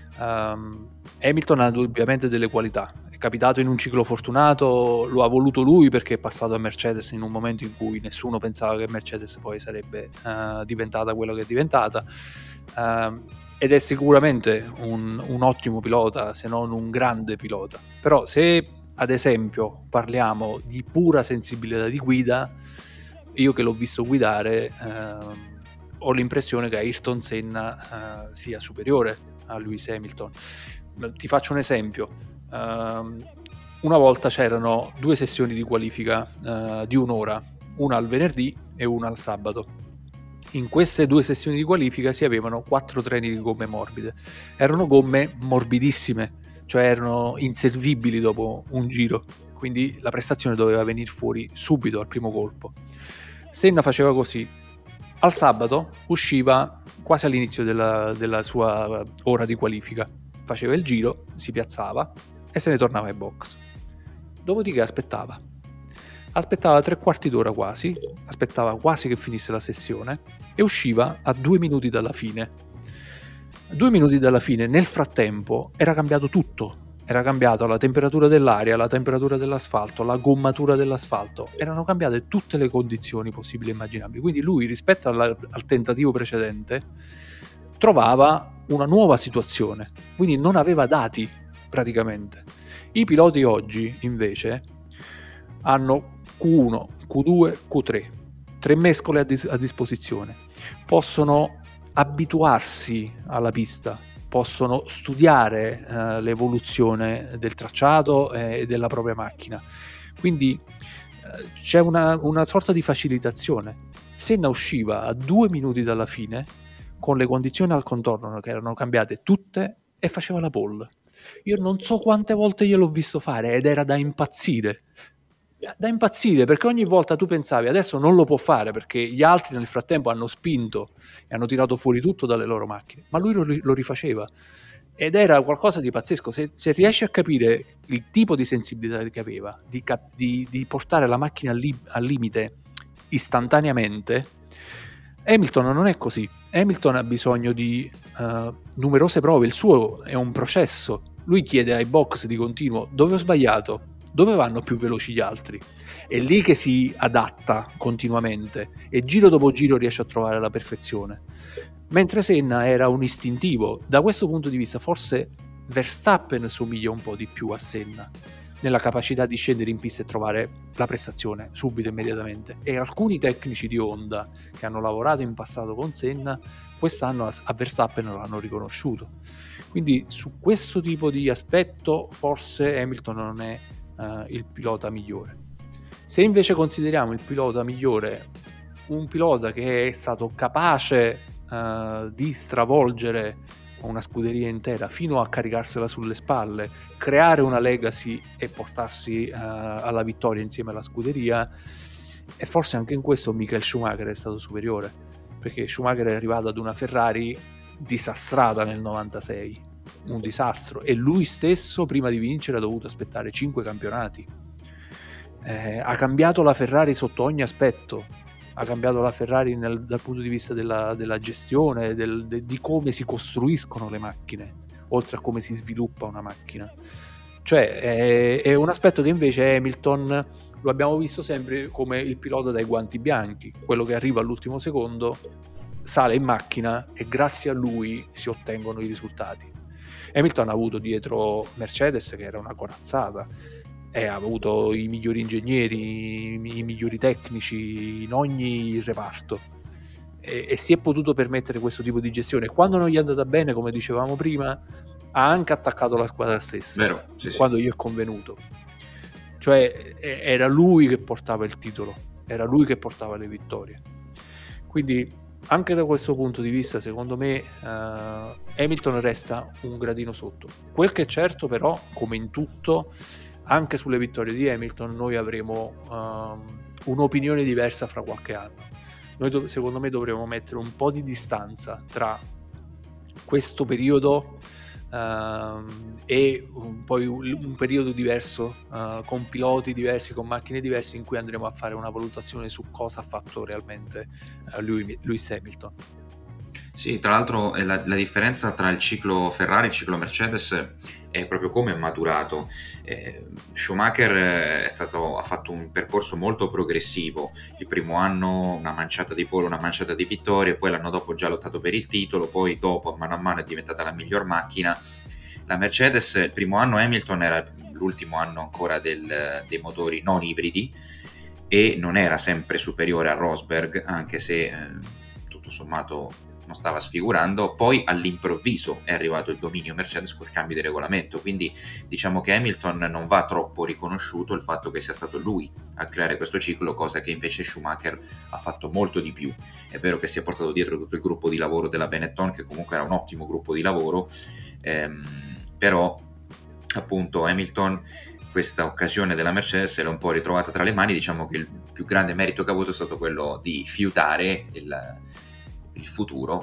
um, Hamilton ha indubbiamente delle qualità, è capitato in un ciclo fortunato, lo ha voluto lui perché è passato a Mercedes in un momento in cui nessuno pensava che Mercedes poi sarebbe uh, diventata quello che è diventata, uh, ed è sicuramente un, un ottimo pilota, se non un grande pilota. Però se ad esempio parliamo di pura sensibilità di guida, io che l'ho visto guidare uh, ho l'impressione che Ayrton Senna uh, sia superiore a Lewis Hamilton. Ti faccio un esempio. Uh, una volta c'erano due sessioni di qualifica uh, di un'ora, una al venerdì e una al sabato. In queste due sessioni di qualifica si avevano quattro treni di gomme morbide. Erano gomme morbidissime, cioè erano inservibili dopo un giro, quindi la prestazione doveva venire fuori subito al primo colpo. Senna faceva così. Al sabato usciva quasi all'inizio della, della sua ora di qualifica, faceva il giro, si piazzava e se ne tornava ai box. Dopodiché aspettava. Aspettava tre quarti d'ora quasi, aspettava quasi che finisse la sessione e usciva a due minuti dalla fine. Due minuti dalla fine, nel frattempo, era cambiato tutto. Era cambiata la temperatura dell'aria, la temperatura dell'asfalto, la gommatura dell'asfalto. Erano cambiate tutte le condizioni possibili e immaginabili. Quindi lui, rispetto alla, al tentativo precedente, trovava una nuova situazione. Quindi non aveva dati, praticamente. I piloti oggi, invece, hanno Q uno, Q due, Q tre. Tre mescole a, dis- a disposizione. Possono abituarsi alla pista, possono studiare eh, l'evoluzione del tracciato e della propria macchina, quindi eh, c'è una, una sorta di facilitazione. Senna usciva a due minuti dalla fine con le condizioni al contorno che erano cambiate tutte e faceva la pole. Io non so quante volte gliel'ho visto fare ed era da impazzire. Da impazzire, perché ogni volta tu pensavi adesso non lo può fare perché gli altri nel frattempo hanno spinto e hanno tirato fuori tutto dalle loro macchine, ma lui lo, lo rifaceva ed era qualcosa di pazzesco. Se, se riesci a capire il tipo di sensibilità che aveva, di, di, di portare la macchina al, li, al limite istantaneamente, Hamilton non è così. Hamilton ha bisogno di uh, numerose prove, il suo è un processo, lui chiede ai box di continuo dove ho sbagliato, dove vanno più veloci gli altri, è lì che si adatta continuamente e giro dopo giro riesce a trovare la perfezione, mentre Senna era un istintivo. Da questo punto di vista forse Verstappen somiglia un po' di più a Senna nella capacità di scendere in pista e trovare la prestazione subito, immediatamente, e alcuni tecnici di Honda che hanno lavorato in passato con Senna quest'anno a Verstappen lo hanno riconosciuto. Quindi su questo tipo di aspetto forse Hamilton non è Uh, il pilota migliore. Se invece consideriamo il pilota migliore un pilota che è stato capace uh, di stravolgere una scuderia intera fino a caricarsela sulle spalle, creare una legacy e portarsi uh, alla vittoria insieme alla scuderia, e forse anche in questo Michael Schumacher è stato superiore, perché Schumacher è arrivato ad una Ferrari disastrata nel novantasei, un disastro, e lui stesso prima di vincere ha dovuto aspettare cinque campionati. Eh, ha cambiato la Ferrari sotto ogni aspetto, ha cambiato la Ferrari nel, dal punto di vista della, della gestione, del, de, di come si costruiscono le macchine, oltre a come si sviluppa una macchina. Cioè è, è un aspetto che invece Hamilton lo abbiamo visto sempre come il pilota dai guanti bianchi, quello che arriva all'ultimo secondo, sale in macchina e grazie a lui si ottengono i risultati. Hamilton ha avuto dietro Mercedes che era una corazzata e ha avuto i migliori ingegneri, i migliori tecnici in ogni reparto, e, e si è potuto permettere questo tipo di gestione. Quando non gli è andata bene, come dicevamo prima, ha anche attaccato la squadra stessa. Vero, sì, quando sì. gli è convenuto, cioè era lui che portava il titolo, era lui che portava le vittorie. Quindi anche da questo punto di vista, secondo me, uh, Hamilton resta un gradino sotto. Quel che è certo, però, come in tutto, anche sulle vittorie di Hamilton noi avremo um, un'opinione diversa fra qualche anno. Noi do- secondo me dovremo mettere un po' di distanza tra questo periodo uh, e un, poi un, un periodo diverso, uh, con piloti diversi, con macchine diverse, in cui andremo a fare una valutazione su cosa ha fatto realmente uh, lui, Lewis Hamilton. Sì, tra l'altro la, la differenza tra il ciclo Ferrari e il ciclo Mercedes è proprio come è maturato. Eh, Schumacher è stato, ha fatto un percorso molto progressivo. Il primo anno una manciata di pole, una manciata di vittorie, poi l'anno dopo già lottato per il titolo, poi dopo mano a mano è diventata la miglior macchina. La Mercedes, il primo anno Hamilton era l'ultimo anno ancora del, dei motori non ibridi e non era sempre superiore a Rosberg, anche se eh, tutto sommato non stava sfigurando. Poi all'improvviso è arrivato il dominio Mercedes col cambio di regolamento, quindi diciamo che Hamilton non va troppo riconosciuto il fatto che sia stato lui a creare questo ciclo, cosa che invece Schumacher ha fatto molto di più. È vero che si è portato dietro tutto il gruppo di lavoro della Benetton, che comunque era un ottimo gruppo di lavoro, ehm, però appunto Hamilton questa occasione della Mercedes l'ha un po' ritrovata tra le mani. Diciamo che il più grande merito che ha avuto è stato quello di fiutare il il futuro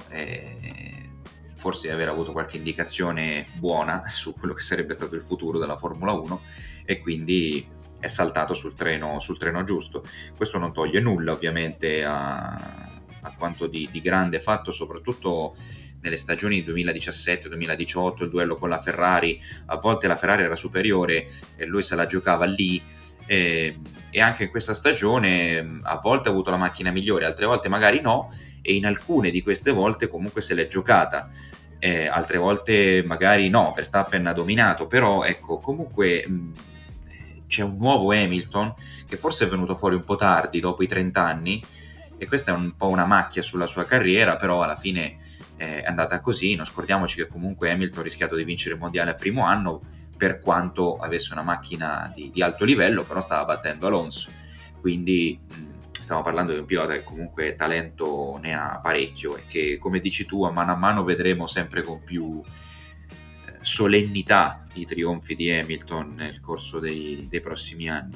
e forse aver avuto qualche indicazione buona su quello che sarebbe stato il futuro della Formula uno e quindi è saltato sul treno, sul treno giusto. Questo non toglie nulla ovviamente a, a quanto di, di grande fatto, soprattutto nelle stagioni duemiladiciassette duemiladiciotto, il duello con la Ferrari. A volte la Ferrari era superiore e lui se la giocava lì, e, e anche in questa stagione a volte ha avuto la macchina migliore, altre volte magari no, e in alcune di queste volte comunque se l'è giocata, eh, altre volte magari no, Verstappen ha dominato, però ecco comunque mh, c'è un nuovo Hamilton che forse è venuto fuori un po' tardi, dopo i trenta anni, e questa è un po' una macchia sulla sua carriera, però alla fine eh, è andata così. Non scordiamoci che comunque Hamilton ha rischiato di vincere il mondiale al primo anno, per quanto avesse una macchina di, di alto livello, però stava battendo Alonso, quindi mh, stiamo parlando di un pilota che comunque talento ne ha parecchio e che, come dici tu, a mano a mano vedremo sempre con più eh, solennità i trionfi di Hamilton nel corso dei, dei prossimi anni.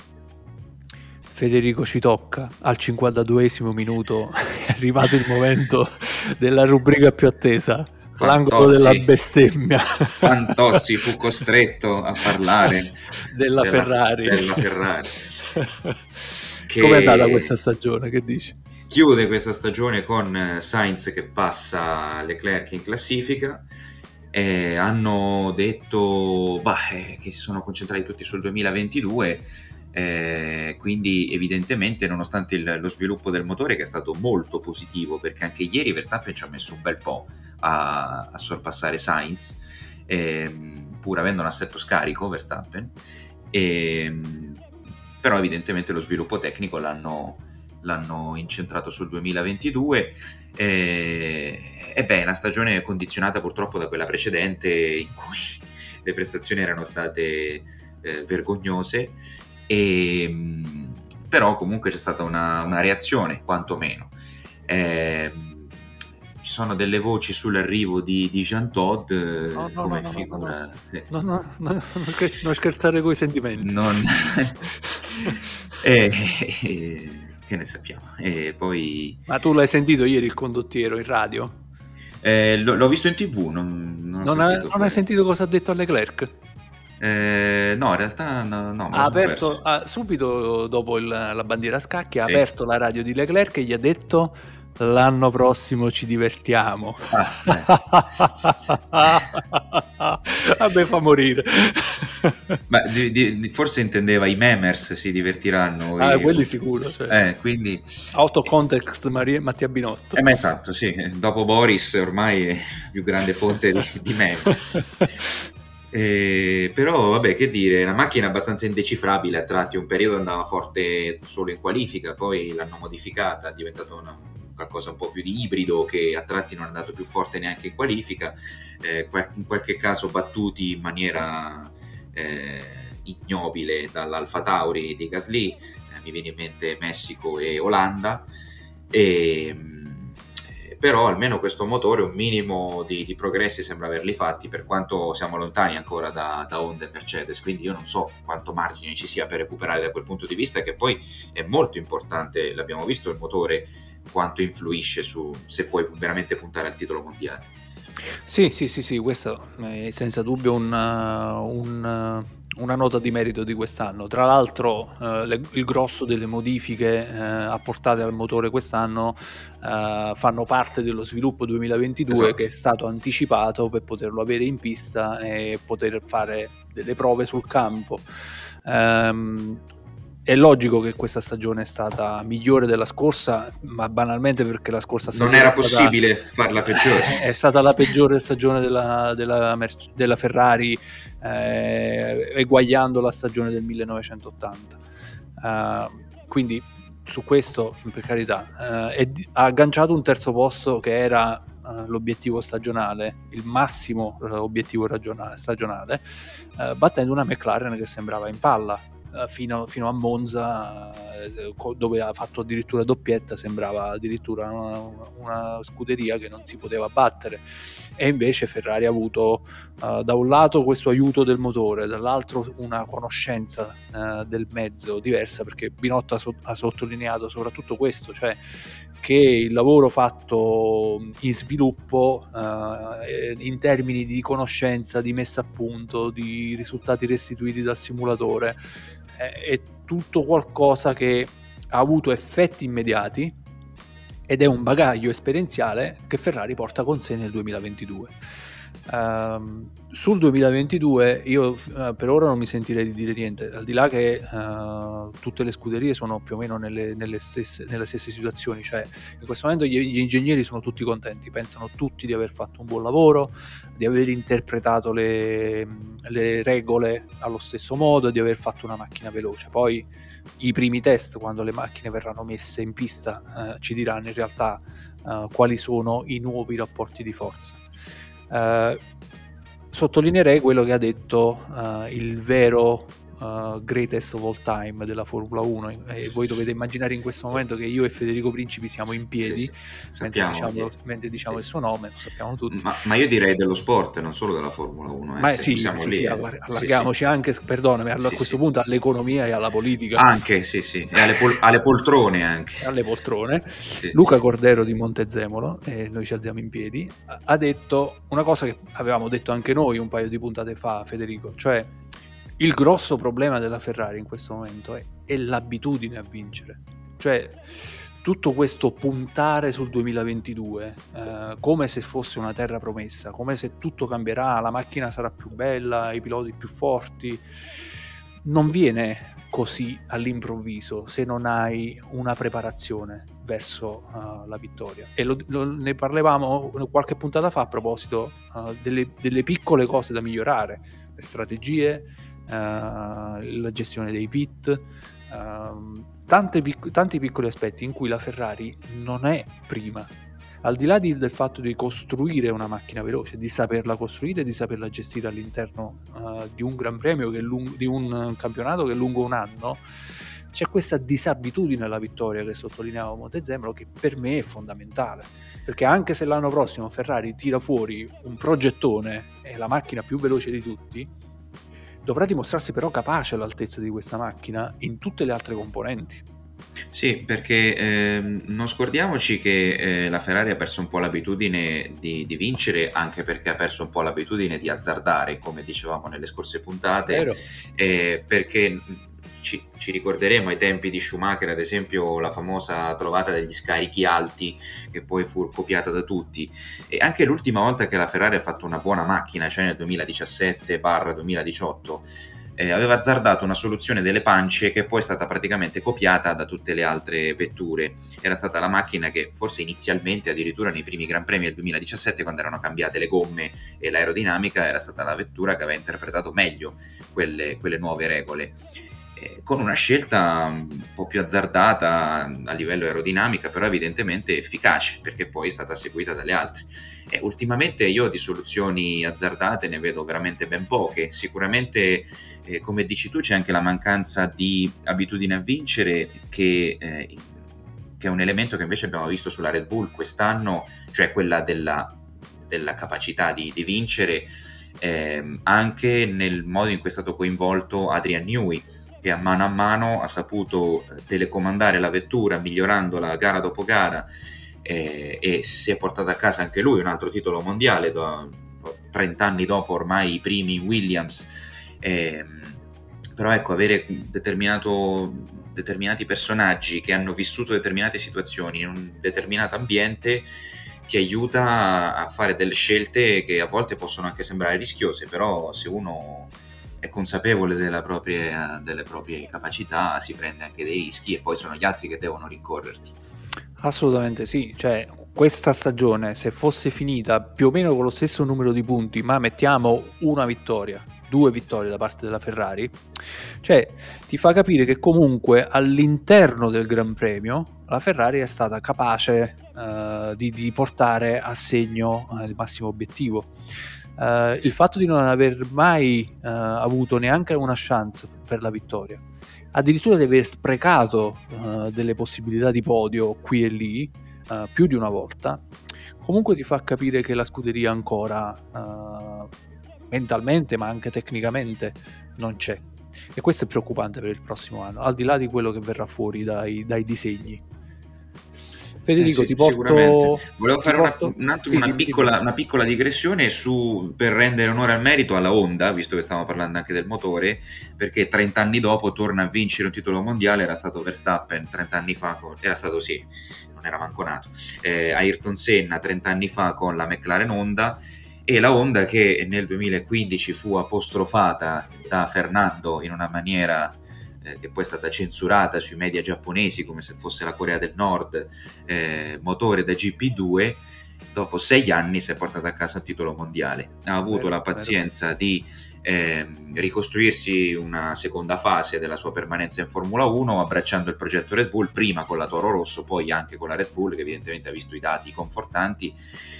Federico, ci tocca al cinquantaduesimo minuto, è arrivato il momento della rubrica più attesa, l'angolo della bestemmia. Fantozzi fu costretto a parlare della, della Ferrari, della Ferrari. Che come è andata questa stagione? Che dici? Chiude questa stagione con Sainz che passa Leclerc in classifica. Eh, hanno detto bah, eh, che si sono concentrati tutti sul duemilaventidue, eh, quindi evidentemente nonostante il, lo sviluppo del motore, che è stato molto positivo, perché anche ieri Verstappen ci ha messo un bel po' a, a sorpassare Sainz, eh, pur avendo un assetto scarico Verstappen, eh, però evidentemente lo sviluppo tecnico l'hanno, l'hanno incentrato sul duemilaventidue. Eh, e beh, una stagione condizionata purtroppo da quella precedente, in cui le prestazioni erano state eh, vergognose, e, però comunque c'è stata una, una reazione quantomeno. Eh, ci sono delle voci sull'arrivo di, di Jean Todt, no, no, come no, no, figura no, no. No, no, no, no, non scherzare con i sentimenti. Non... e, e, che ne sappiamo. E poi... Ma tu l'hai sentito ieri il condottiero in radio? Eh, l'ho, l'ho visto in tv, non, non, non, ha, non hai sentito cosa ha detto a Leclerc? Eh, no, in realtà no, no, ha aperto ha, subito dopo il, la bandiera a scacchi, ha sì. aperto la radio di Leclerc e gli ha detto: l'anno prossimo ci divertiamo. Ah, vabbè, fa morire. Ma di, di, forse intendeva i memers si divertiranno. Ah, e, quelli sicuro. Cioè. Eh, quindi Autocontext Maria, Mattia Binotto. Eh, ma esatto, sì. Dopo Boris ormai è la più grande fonte di, di meme. Eh, però vabbè, che dire, una macchina abbastanza indecifrabile a tratti. Un periodo andava forte solo in qualifica, poi l'hanno modificata, è diventata una qualcosa un po' più di ibrido, che a tratti non è andato più forte neanche in qualifica, eh, in qualche caso battuti in maniera eh, ignobile dall'Alfa Tauri di Gasly, eh, mi viene in mente Messico e Olanda, e però almeno questo motore un minimo di, di progressi sembra averli fatti, per quanto siamo lontani ancora da, da Honda e Mercedes, quindi io non so quanto margine ci sia per recuperare da quel punto di vista, che poi è molto importante, l'abbiamo visto il motore quanto influisce su se vuoi veramente puntare al titolo mondiale. Sì, sì, sì, sì, questo è senza dubbio un, un, una nota di merito di quest'anno. Tra l'altro eh, le, il grosso delle modifiche eh, apportate al motore quest'anno eh, fanno parte dello sviluppo duemilaventidue, esatto, che è stato anticipato per poterlo avere in pista e poter fare delle prove sul campo. Um, È logico che questa stagione è stata migliore della scorsa, ma banalmente perché la scorsa stagione non era stata, possibile farla peggiore. È stata la peggiore stagione della, della, della Ferrari, eh, eguagliando la stagione del millenovecentottanta. Uh, quindi su questo, per carità, uh, è, ha agganciato un terzo posto che era uh, l'obiettivo stagionale, il massimo uh, obiettivo ragionale, stagionale, uh, battendo una McLaren che sembrava in palla. Fino, fino a Monza, dove ha fatto addirittura doppietta, sembrava addirittura una, una scuderia che non si poteva battere, e invece Ferrari ha avuto uh, da un lato questo aiuto del motore, dall'altro una conoscenza uh, del mezzo diversa, perché Binotto ha, so- ha sottolineato soprattutto questo, cioè che il lavoro fatto in sviluppo uh, in termini di conoscenza, di messa a punto, di risultati restituiti dal simulatore, è tutto qualcosa che ha avuto effetti immediati ed è un bagaglio esperienziale che Ferrari porta con sé nel duemilaventidue. Uh, sul duemilaventidue io uh, per ora non mi sentirei di dire niente, al di là che uh, tutte le scuderie sono più o meno nelle, nelle, stesse, nelle stesse situazioni, cioè in questo momento gli, gli ingegneri sono tutti contenti, pensano tutti di aver fatto un buon lavoro, di aver interpretato le, le regole allo stesso modo, di aver fatto una macchina veloce. Poi i primi test, quando le macchine verranno messe in pista, uh, ci diranno in realtà uh, quali sono i nuovi rapporti di forza. Uh, sottolineerei quello che ha detto uh, il vero uh, greatest of all time della Formula uno, e voi dovete immaginare in questo momento che io e Federico Principi siamo in piedi, sì, sì. mentre diciamo, che... mentre diciamo sì, il suo nome, lo sappiamo tutti, ma, ma io direi dello sport, non solo della Formula uno, eh, ma sì, sì, sì, lì, sì, eh. allarghiamoci sì, anche, perdonami, sì, a questo sì. punto all'economia e alla politica, anche, sì, sì, e alle, pol- alle poltrone anche. alle poltrone. Sì. Luca Cordero di Montezemolo, e noi ci alziamo in piedi, ha detto una cosa che avevamo detto anche noi un paio di puntate fa, Federico, cioè il grosso problema della Ferrari in questo momento è, è l'abitudine a vincere, cioè tutto questo puntare sul duemilaventidue eh, come se fosse una terra promessa, come se tutto cambierà, la macchina sarà più bella, i piloti più forti, non viene così all'improvviso se non hai una preparazione verso uh, la vittoria. E lo, lo, ne parlavamo qualche puntata fa a proposito uh, delle, delle piccole cose da migliorare, le strategie, uh, la gestione dei pit, uh, tante pic- tanti piccoli aspetti in cui la Ferrari non è prima. Al di là di, del fatto di costruire una macchina veloce, di saperla costruire, di saperla gestire all'interno uh, di un Gran Premio, che è lung- di un campionato che è lungo un anno, c'è questa disabitudine alla vittoria che sottolineava Montezemolo, che per me è fondamentale, perché anche se l'anno prossimo Ferrari tira fuori un progettone e la macchina più veloce di tutti, dovrà dimostrarsi però capace all'altezza di questa macchina in tutte le altre componenti. Sì, perché ehm, non scordiamoci che eh, la Ferrari ha perso un po' l'abitudine di, di vincere, anche perché ha perso un po' l'abitudine di azzardare, come dicevamo nelle scorse puntate, eh, perché ci, ci ricorderemo ai tempi di Schumacher, ad esempio, la famosa trovata degli scarichi alti, che poi fu copiata da tutti, e anche l'ultima volta che la Ferrari ha fatto una buona macchina, cioè nel duemiladiciassette duemiladiciotto, Eh, aveva azzardato una soluzione delle pance che poi è stata praticamente copiata da tutte le altre vetture. Era stata la macchina che forse inizialmente, addirittura nei primi Gran Premi del duemiladiciassette, quando erano cambiate le gomme e l'aerodinamica, era stata la vettura che aveva interpretato meglio quelle, quelle nuove regole. eh, con una scelta un po' più azzardata a livello aerodinamica, però evidentemente efficace, perché poi è stata seguita dalle altre. E ultimamente io di soluzioni azzardate ne vedo veramente ben poche. Sicuramente, eh, come dici tu, c'è anche la mancanza di abitudine a vincere, che, eh, che è un elemento che invece abbiamo visto sulla Red Bull quest'anno, cioè quella della, della capacità di, di vincere, eh, anche nel modo in cui è stato coinvolto Adrian Newey, che a mano a mano ha saputo telecomandare la vettura migliorandola gara dopo gara, eh, e si è portato a casa anche lui un altro titolo mondiale da trenta anni dopo ormai i primi Williams. Eh, però ecco, avere determinato, determinati personaggi che hanno vissuto determinate situazioni in un determinato ambiente ti aiuta a fare delle scelte che a volte possono anche sembrare rischiose, però se uno è consapevole della propria, delle proprie capacità si prende anche dei rischi, e poi sono gli altri che devono rincorrerti. Assolutamente sì, cioè questa stagione se fosse finita più o meno con lo stesso numero di punti, ma mettiamo una vittoria, due vittorie da parte della Ferrari, cioè ti fa capire che comunque all'interno del Gran Premio la Ferrari è stata capace uh, di, di portare a segno uh, il massimo obiettivo. Uh, il fatto di non aver mai uh, avuto neanche una chance per la vittoria, addirittura di aver sprecato uh, delle possibilità di podio qui e lì uh, più di una volta, comunque ti fa capire che la scuderia ancora uh, mentalmente ma anche tecnicamente non c'è, e questo è preoccupante per il prossimo anno, al di là di quello che verrà fuori dai, dai disegni. Federico, Eh sì, ti porto... sicuramente. Volevo ti fare una, porto... un attimo Sì, una, dimmi, piccola, dimmi. una piccola digressione su, per rendere onore al merito alla Honda, visto che stiamo parlando anche del motore, perché trenta anni dopo torna a vincere un titolo mondiale. Era stato Verstappen trenta anni fa, con, era stato sì, non era manco nato, eh, Ayrton Senna trenta anni fa con la McLaren Honda, e la Honda che nel duemilaquindici fu apostrofata da Fernando in una maniera eh, che poi è stata censurata sui media giapponesi come se fosse la Corea del Nord, eh, motore da G P due, dopo sei anni si è portata a casa il titolo mondiale. Ha avuto Vero, la pazienza vero. di eh, ricostruirsi una seconda fase della sua permanenza in Formula uno, abbracciando il progetto Red Bull, prima con la Toro Rosso, poi anche con la Red Bull, che evidentemente ha visto i dati confortanti,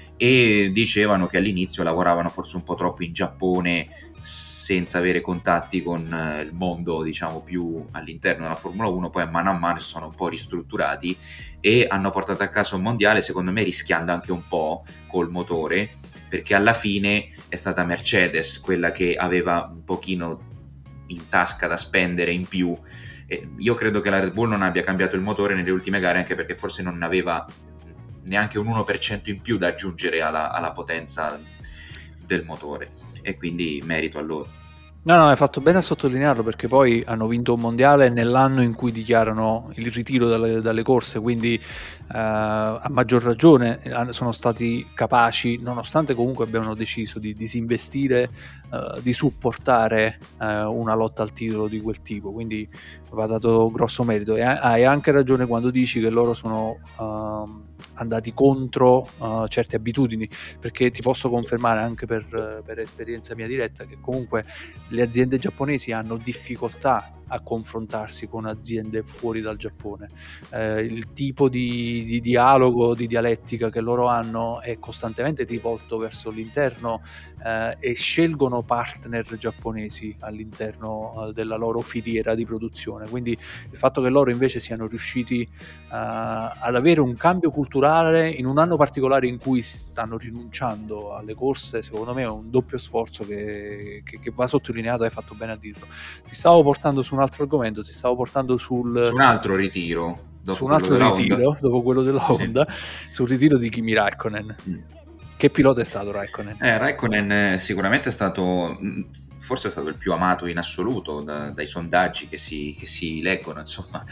e dicevano che all'inizio lavoravano forse un po' troppo in Giappone senza avere contatti con il mondo, diciamo, più all'interno della Formula uno. Poi a mano a mano si sono un po' ristrutturati e hanno portato a casa un mondiale, secondo me rischiando anche un po' col motore, perché alla fine è stata Mercedes quella che aveva un pochino in tasca da spendere in più. E io credo che la Red Bull non abbia cambiato il motore nelle ultime gare, anche perché forse non aveva neanche un uno per cento in più da aggiungere alla, alla potenza del motore, e quindi merito a loro. No, no, hai fatto bene a sottolinearlo, perché poi hanno vinto un mondiale nell'anno in cui dichiarano il ritiro dalle, dalle corse, quindi eh, a maggior ragione sono stati capaci, nonostante comunque abbiano deciso di disinvestire, eh, di supportare eh, una lotta al titolo di quel tipo, quindi va dato grosso merito. E hai anche ragione quando dici che loro sono uh, andati contro uh, certe abitudini, perché ti posso confermare anche per, per esperienza mia diretta che comunque le aziende giapponesi hanno difficoltà a confrontarsi con aziende fuori dal Giappone. Eh, il tipo di, di dialogo, di dialettica che loro hanno è costantemente rivolto verso l'interno, eh, e scelgono partner giapponesi all'interno eh, della loro filiera di produzione. Quindi il fatto che loro invece siano riusciti uh, ad avere un cambio culturale in un anno particolare in cui stanno rinunciando alle corse, secondo me è un doppio sforzo che, che, che va sottolineato. Hai fatto bene a dirlo. Ti stavo portando su un altro argomento, ti stavo portando sul su un altro ritiro dopo su un altro quello ritiro della Honda. dopo quello della Honda, sì. Sul ritiro di Kimi Raikkonen. Mm. Che pilota è stato Raikkonen? Eh, Raikkonen sicuramente è stato, forse è stato il più amato in assoluto da, dai sondaggi che si, che si leggono, insomma.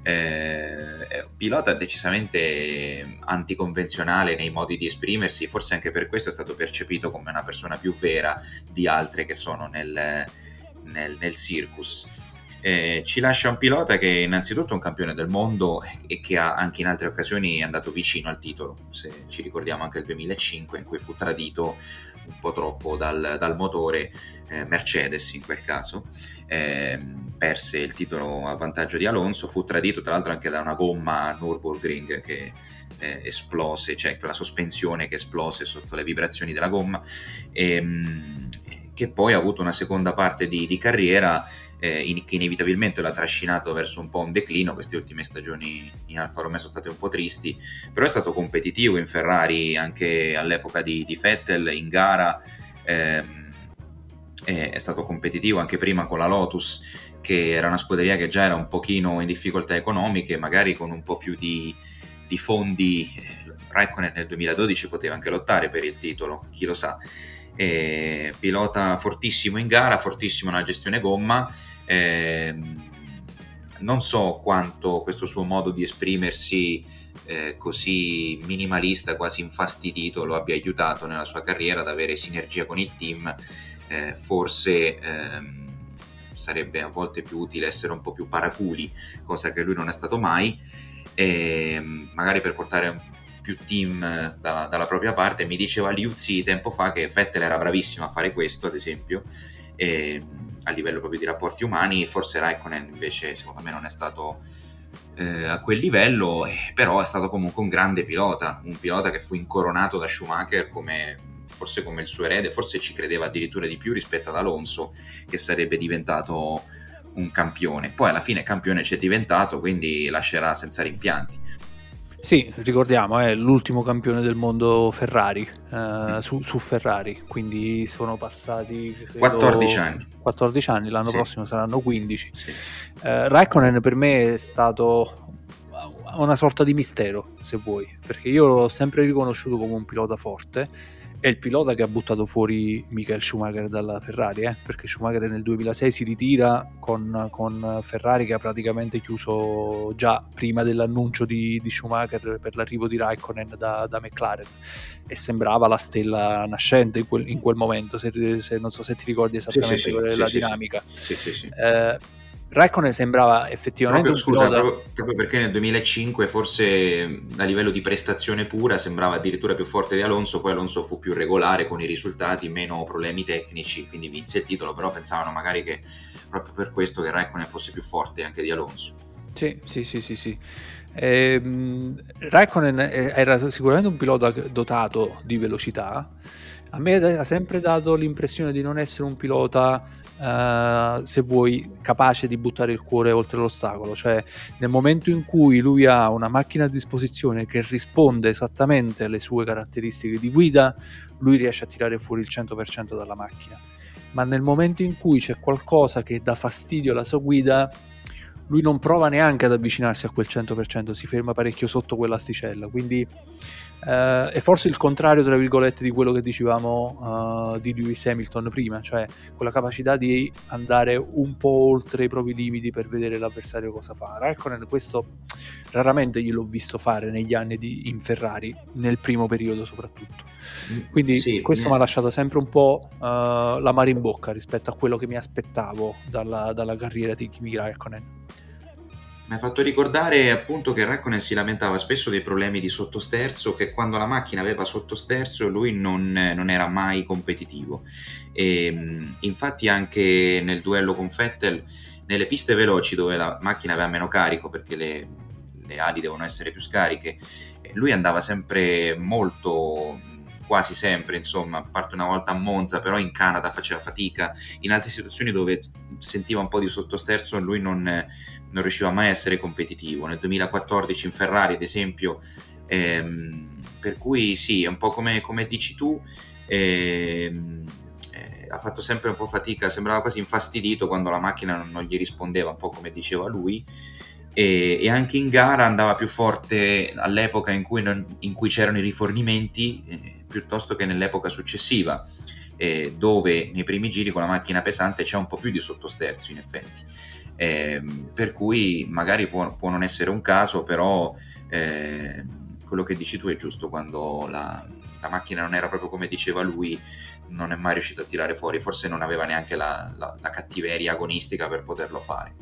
Eh, è un pilota decisamente anticonvenzionale nei modi di esprimersi, forse anche per questo è stato percepito come una persona più vera di altre che sono nel, nel, nel circus. Eh, ci lascia un pilota che innanzitutto è un campione del mondo e che ha anche in altre occasioni è andato vicino al titolo, se ci ricordiamo anche il duemilacinque in cui fu tradito un po' troppo dal, dal motore eh, Mercedes in quel caso, eh, perse il titolo a vantaggio di Alonso, fu tradito tra l'altro anche da una gomma Nürburgring che eh, esplose, cioè quella sospensione che esplose sotto le vibrazioni della gomma, e, che poi ha avuto una seconda parte di, di carriera eh, in, che inevitabilmente l'ha trascinato verso un po' un declino. Queste ultime stagioni in Alfa Romeo sono state un po' tristi, però è stato competitivo in Ferrari anche all'epoca di, di Vettel in gara, ehm, è, è stato competitivo anche prima con la Lotus, che era una scuderia che già era un pochino in difficoltà economiche, magari con un po' più di, di fondi. Raikkonen nel duemiladodici poteva anche lottare per il titolo, chi lo sa. Eh, pilota fortissimo in gara, fortissimo nella gestione gomma, eh, non so quanto questo suo modo di esprimersi eh, così minimalista, quasi infastidito, lo abbia aiutato nella sua carriera ad avere sinergia con il team. Eh, forse ehm, sarebbe a volte più utile essere un po' più paraculi, cosa che lui non è stato mai, e magari per portare più team dalla, dalla propria parte. Mi diceva Liuzzi tempo fa che Vettel era bravissimo a fare questo, ad esempio, e, a livello proprio di rapporti umani. Forse Raikkonen invece secondo me non è stato eh, a quel livello, eh, però è stato comunque un grande pilota, un pilota che fu incoronato da Schumacher come forse come il suo erede, forse ci credeva addirittura di più rispetto ad Alonso, che sarebbe diventato un campione. Poi alla fine campione c'è diventato, quindi lascerà senza rimpianti. Sì, ricordiamo, è l'ultimo campione del mondo Ferrari, eh, su, su Ferrari, quindi sono passati credo, quattordici anni. quattordici anni, l'anno sì. prossimo saranno quindici. Sì. Eh, Raikkonen per me è stato una sorta di mistero, se vuoi, perché io l'ho sempre riconosciuto come un pilota forte. È il pilota che ha buttato fuori Michael Schumacher dalla Ferrari, eh? Perché Schumacher nel duemilasei si ritira con, con Ferrari che ha praticamente chiuso già prima dell'annuncio di, di Schumacher per l'arrivo di Raikkonen da, da McLaren, e sembrava la stella nascente in quel, in quel momento, se, se, non so se ti ricordi esattamente sì, sì, qual è sì, la sì, dinamica. Sì, sì, sì. Eh, Raikkonen sembrava effettivamente proprio, un scusa, pilota... proprio, proprio perché nel duemilacinque forse a livello di prestazione pura sembrava addirittura più forte di Alonso. Poi Alonso fu più regolare con i risultati, meno problemi tecnici, quindi vinse il titolo, però pensavano magari che proprio per questo che Raikkonen fosse più forte anche di Alonso. Sì, sì, sì, sì, sì. Ehm, Raikkonen era sicuramente un pilota dotato di velocità. A me ha sempre dato l'impressione di non essere un pilota, uh, se vuoi, capace di buttare il cuore oltre l'ostacolo. Cioè, nel momento in cui lui ha una macchina a disposizione che risponde esattamente alle sue caratteristiche di guida, lui riesce a tirare fuori il cento per cento dalla macchina. Ma nel momento in cui c'è qualcosa che dà fastidio alla sua guida, lui non prova neanche ad avvicinarsi a quel cento per cento, si ferma parecchio sotto quell'asticella. Quindi Uh, è forse il contrario, tra virgolette, di quello che dicevamo uh, di Lewis Hamilton prima, cioè quella capacità di andare un po' oltre i propri limiti per vedere l'avversario cosa fa. Raikkonen questo raramente gliel'ho visto fare negli anni di, in Ferrari, nel primo periodo soprattutto. Quindi sì, questo mi ha lasciato sempre un po' uh, l'amaro in bocca rispetto a quello che mi aspettavo dalla, dalla carriera di Kimi Raikkonen. Mi ha fatto ricordare appunto che Raikkonen si lamentava spesso dei problemi di sottosterzo, che quando la macchina aveva sottosterzo lui non, non era mai competitivo. E, infatti anche nel duello con Vettel, nelle piste veloci dove la macchina aveva meno carico perché le, le ali devono essere più scariche, lui andava sempre molto, quasi sempre, insomma, a parte una volta a Monza, però in Canada faceva fatica. In altre situazioni dove sentiva un po' di sottosterzo lui non, non riusciva mai a essere competitivo. Nel duemilaquattordici in Ferrari ad esempio, ehm, per cui sì, è un po' come, come dici tu, ehm, eh, ha fatto sempre un po' fatica, sembrava quasi infastidito quando la macchina non, non gli rispondeva, un po' come diceva lui. E, e anche in gara andava più forte all'epoca in cui, non, in cui c'erano i rifornimenti, eh, piuttosto che nell'epoca successiva, eh, dove nei primi giri con la macchina pesante c'è un po' più di sottosterzo in effetti, eh, per cui magari può, può non essere un caso, però eh, quello che dici tu è giusto. Quando la, la macchina non era proprio come diceva lui, non è mai riuscito a tirare fuori, forse non aveva neanche la, la, la cattiveria agonistica per poterlo fare.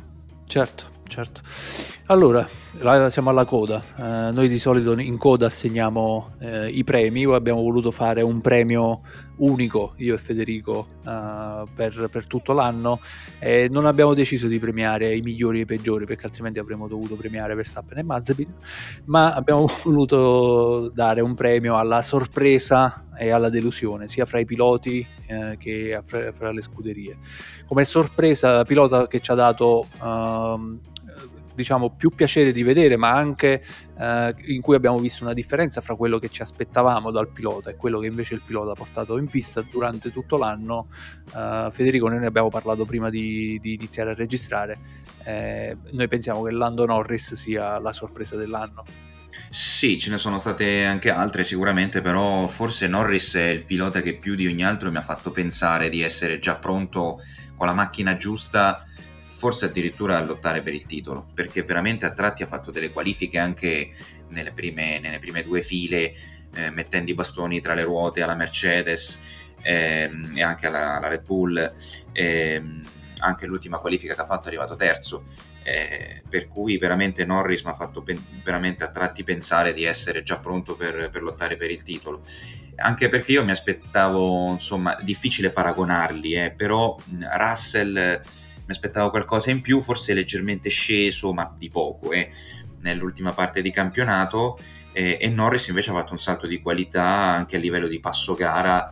Certo, certo. Allora, là siamo alla coda. Eh, noi di solito in coda assegniamo eh, i premi. Abbiamo voluto fare un premio unico, io e Federico, eh, per, per tutto l'anno. E non abbiamo deciso di premiare i migliori e i peggiori, perché altrimenti avremmo dovuto premiare Verstappen e Mazepin, ma abbiamo voluto dare un premio alla sorpresa e alla delusione, sia fra i piloti eh, che fra, fra le scuderie. Come sorpresa, pilota che ci ha dato ehm, diciamo più piacere di vedere, ma anche eh, in cui abbiamo visto una differenza fra quello che ci aspettavamo dal pilota e quello che invece il pilota ha portato in pista durante tutto l'anno. eh, Federico, noi ne abbiamo parlato prima di, di iniziare a registrare. Eh, noi pensiamo che Lando Norris sia la sorpresa dell'anno. Sì, ce ne sono state anche altre sicuramente, però forse Norris è il pilota che più di ogni altro mi ha fatto pensare di essere già pronto con la macchina giusta, forse addirittura a lottare per il titolo, perché veramente a tratti ha fatto delle qualifiche anche nelle prime, nelle prime due file, eh, mettendo i bastoni tra le ruote alla Mercedes ehm, e anche alla, alla Red Bull. ehm, anche l'ultima qualifica che ha fatto è arrivato terzo. Eh, per cui veramente Norris mi ha fatto pen- veramente a tratti pensare di essere già pronto per, per lottare per il titolo, anche perché io mi aspettavo, insomma, difficile paragonarli, eh, però Russell mi aspettavo qualcosa in più, forse leggermente sceso, ma di poco, eh, nell'ultima parte di campionato, eh, e Norris invece ha fatto un salto di qualità anche a livello di passo gara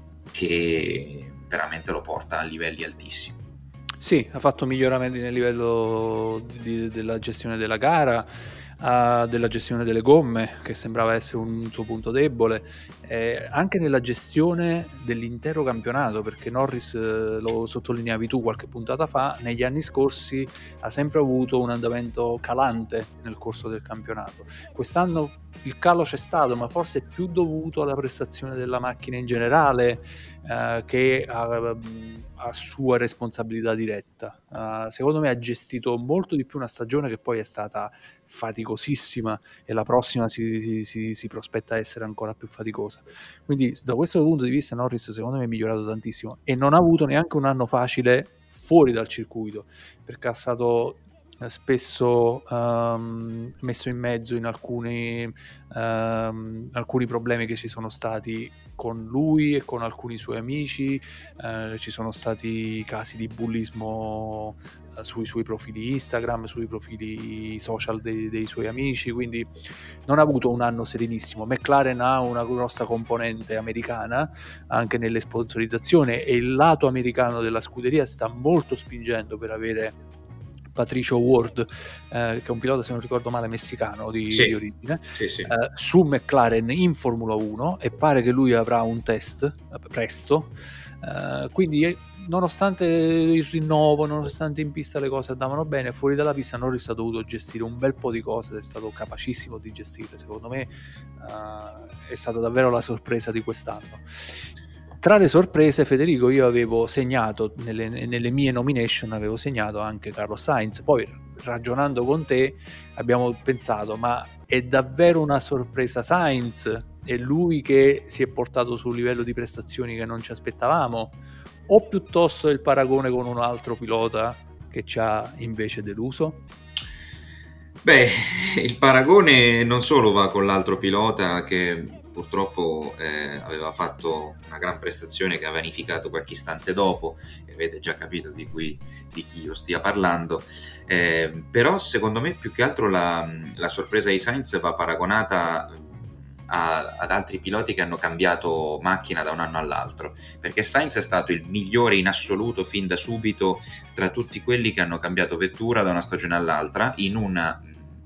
che veramente lo porta a livelli altissimi. Sì, ha fatto miglioramenti nel livello di, della gestione della gara, uh, della gestione delle gomme, che sembrava essere un suo punto debole, eh, anche nella gestione dell'intero campionato, perché Norris, eh, lo sottolineavi tu qualche puntata fa, negli anni scorsi ha sempre avuto un andamento calante nel corso del campionato. Quest'anno il calo c'è stato, ma forse è più dovuto alla prestazione della macchina in generale, eh, che a, a sua responsabilità diretta. Uh, secondo me ha gestito molto di più una stagione che poi è stata faticosissima, e la prossima si, si, si, si prospetta essere ancora più faticosa. Quindi da questo punto di vista Norris secondo me è migliorato tantissimo, e non ha avuto neanche un anno facile fuori dal circuito, perché è stato spesso um, messo in mezzo in alcuni, um, alcuni problemi che ci sono stati con lui e con alcuni suoi amici. Uh, ci sono stati casi di bullismo uh, sui suoi profili Instagram, sui profili social dei, dei suoi amici, quindi non ha avuto un anno serenissimo. McLaren ha una grossa componente americana anche nelle sponsorizzazioni, e il lato americano della scuderia sta molto spingendo per avere Patricio Ward, eh, che è un pilota, se non ricordo male, messicano di, sì, di origine, sì, sì. Eh, su McLaren in Formula uno, e pare che lui avrà un test eh, presto, eh, quindi nonostante il rinnovo, nonostante in pista le cose andavano bene, fuori dalla pista Norris ha dovuto gestire un bel po' di cose ed è stato capacissimo di gestire. Secondo me eh, è stata davvero la sorpresa di quest'anno. Tra le sorprese, Federico, io avevo segnato nelle, nelle mie nomination, avevo segnato anche Carlos Sainz. Poi, ragionando con te, abbiamo pensato, ma è davvero una sorpresa Sainz? È lui che si è portato su un livello di prestazioni che non ci aspettavamo? O piuttosto il paragone con un altro pilota che ci ha invece deluso? Beh, il paragone non solo va con l'altro pilota che purtroppo eh, aveva fatto una gran prestazione che ha vanificato qualche istante dopo, e avete già capito di, cui, di chi io stia parlando, eh, però secondo me più che altro la, la sorpresa di Sainz va paragonata a, ad altri piloti che hanno cambiato macchina da un anno all'altro, perché Sainz è stato il migliore in assoluto fin da subito tra tutti quelli che hanno cambiato vettura da una stagione all'altra in un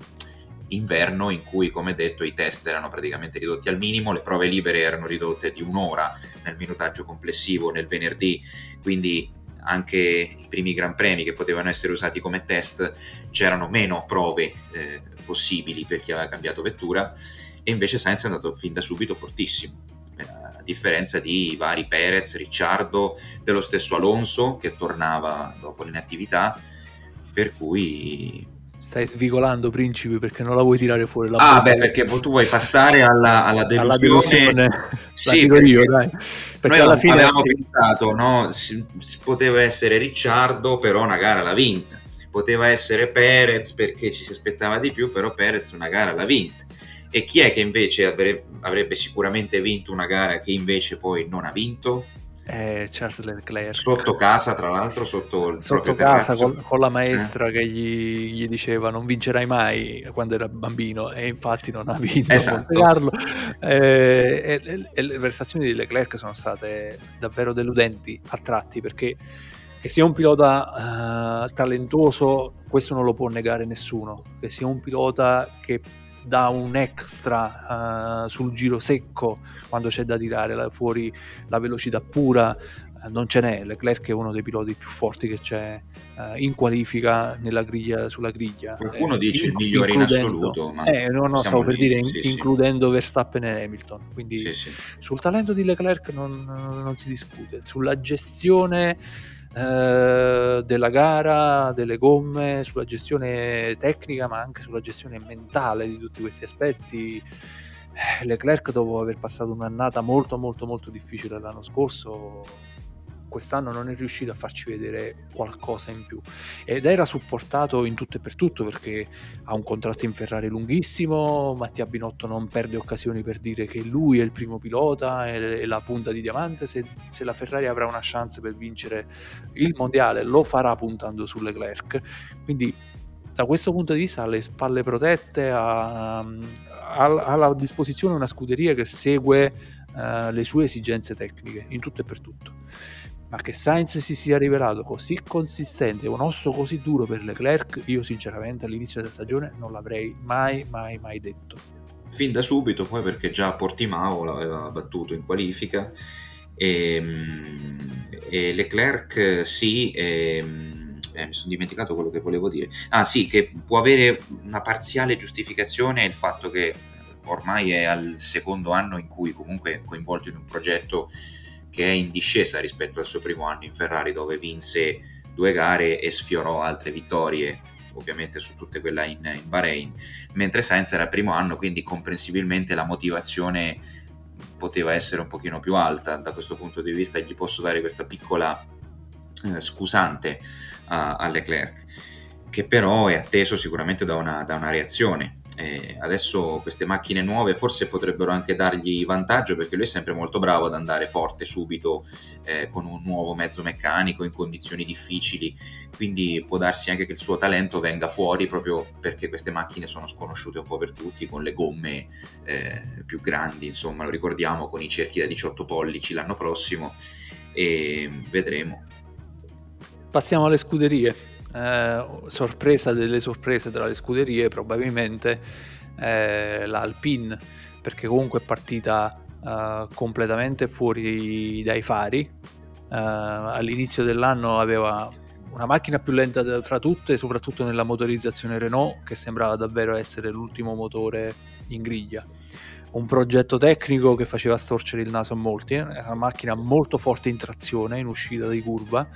inverno in cui, come detto, i test erano praticamente ridotti al minimo, le prove libere erano ridotte di un'ora nel minutaggio complessivo nel venerdì, quindi anche i primi gran premi che potevano essere usati come test c'erano meno prove eh, possibili per chi aveva cambiato vettura, e invece Sainz è andato fin da subito fortissimo, a differenza di vari Perez, Ricciardo, dello stesso Alonso che tornava dopo l'inattività, per cui... Stai svigolando, Principi, perché non la vuoi tirare fuori la Ah, bocca? beh, perché tu vuoi passare alla, alla delusione. Alla delusione. Sì, la io, dai. Perché noi alla fine avevamo pensato, no, si, si poteva essere Ricciardo, però una gara l'ha vinta. poteva essere Perez perché ci si aspettava di più, però Perez una gara l'ha vinta. E chi è che invece avrebbe, avrebbe sicuramente vinto una gara che invece poi non ha vinto? Eh, Charles Leclerc. Sotto casa, tra l'altro, sotto il Sotto proprio casa terrazzo. con, con la maestra eh? che gli, gli diceva non vincerai mai quando era bambino, e infatti non ha vinto. Esatto. Eh, e, e le prestazioni di Leclerc sono state davvero deludenti a tratti, perché che sia un pilota uh, talentuoso, questo non lo può negare nessuno, che sia un pilota che dà un extra uh, sul giro secco quando c'è da tirare la, fuori la velocità pura, uh, non ce n'è. Leclerc è uno dei piloti più forti che c'è uh, in qualifica nella griglia, sulla griglia. Qualcuno eh, dice in, il migliore in assoluto, ma eh, no, no, stavo per lì. dire in, sì, includendo sì. Verstappen e Hamilton, quindi sì, sì. sul talento di Leclerc non, non si discute. Sulla gestione Uh, della gara, delle gomme, sulla gestione tecnica, ma anche sulla gestione mentale di tutti questi aspetti, Leclerc, dopo aver passato un'annata molto molto molto difficile l'anno scorso, quest'anno non è riuscito a farci vedere qualcosa in più, ed era supportato in tutto e per tutto perché ha un contratto in Ferrari lunghissimo. Mattia Binotto non perde occasioni per dire che lui è il primo pilota, è la punta di diamante. Se, se la Ferrari avrà una chance per vincere il mondiale lo farà puntando su Leclerc, quindi da questo punto di vista ha le spalle protette, ha, ha, ha a disposizione una scuderia che segue uh, le sue esigenze tecniche in tutto e per tutto. Ma che Sainz si sia rivelato così consistente, un osso così duro per Leclerc, io sinceramente all'inizio della stagione non l'avrei mai mai mai detto. Fin da subito, poi, perché già a Portimao l'aveva battuto in qualifica, e, e Leclerc sì, e, eh, mi sono dimenticato quello che volevo dire. Ah sì, che può avere una parziale giustificazione il fatto che ormai è al secondo anno in cui comunque è coinvolto in un progetto che è in discesa rispetto al suo primo anno in Ferrari, dove vinse due gare e sfiorò altre vittorie, ovviamente su tutte quelle in, in Bahrain, mentre Sainz era il primo anno, quindi comprensibilmente la motivazione poteva essere un pochino più alta. Da questo punto di vista gli posso dare questa piccola eh, scusante a, a Leclerc, che però è atteso sicuramente da una, da una reazione. Eh, adesso queste macchine nuove forse potrebbero anche dargli vantaggio, perché lui è sempre molto bravo ad andare forte subito eh, con un nuovo mezzo meccanico in condizioni difficili, quindi può darsi anche che il suo talento venga fuori proprio perché queste macchine sono sconosciute un po' per tutti, con le gomme eh, più grandi, insomma lo ricordiamo con i cerchi da diciotto pollici l'anno prossimo, e vedremo. Passiamo alle scuderie. Eh, sorpresa delle sorprese tra le scuderie probabilmente eh, la Alpine, perché comunque è partita eh, completamente fuori dai fari. Eh, all'inizio dell'anno aveva una macchina più lenta fra tutte, soprattutto nella motorizzazione Renault, che sembrava davvero essere l'ultimo motore in griglia. Un progetto tecnico che faceva storcere il naso a molti, era una macchina molto forte in trazione, in uscita di curva,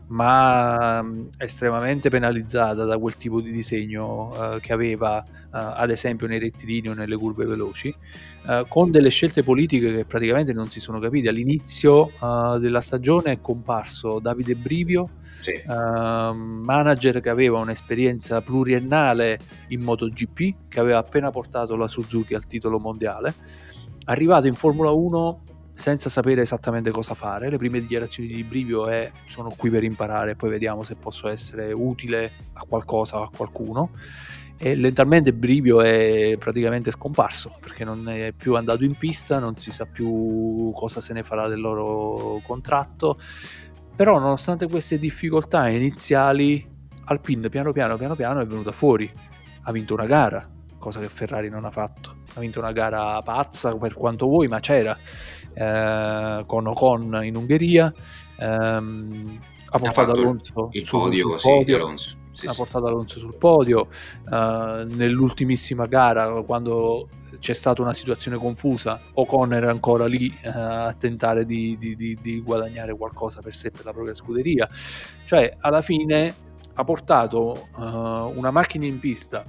ma um, estremamente penalizzata da quel tipo di disegno uh, che aveva uh, ad esempio nei rettilini o nelle curve veloci, uh, con delle scelte politiche che praticamente non si sono capite. All'inizio uh, della stagione è comparso Davide Brivio, sì. uh, manager che aveva un'esperienza pluriennale in MotoGP, che aveva appena portato la Suzuki al titolo mondiale, arrivato in Formula uno senza sapere esattamente cosa fare. Le prime dichiarazioni di Brivio è: sono qui per imparare, poi vediamo se posso essere utile a qualcosa o a qualcuno. E lentamente Brivio è praticamente scomparso, perché non è più andato in pista, non si sa più cosa se ne farà del loro contratto. Però nonostante queste difficoltà iniziali, Alpine piano piano piano piano è venuta fuori, ha vinto una gara, cosa che Ferrari non ha fatto, ha vinto una gara pazza per quanto vuoi, ma c'era, eh, con Ocon in Ungheria, ehm, ha portato Alonso il sul, podio, sul sì, podio, Alonso. Sì, ha sì. portato Alonso sul podio, eh, nell'ultimissima gara, quando c'è stata una situazione confusa, Ocon era ancora lì eh, a tentare di, di, di, di guadagnare qualcosa per sé, per la propria scuderia. Cioè alla fine ha portato uh, una macchina in pista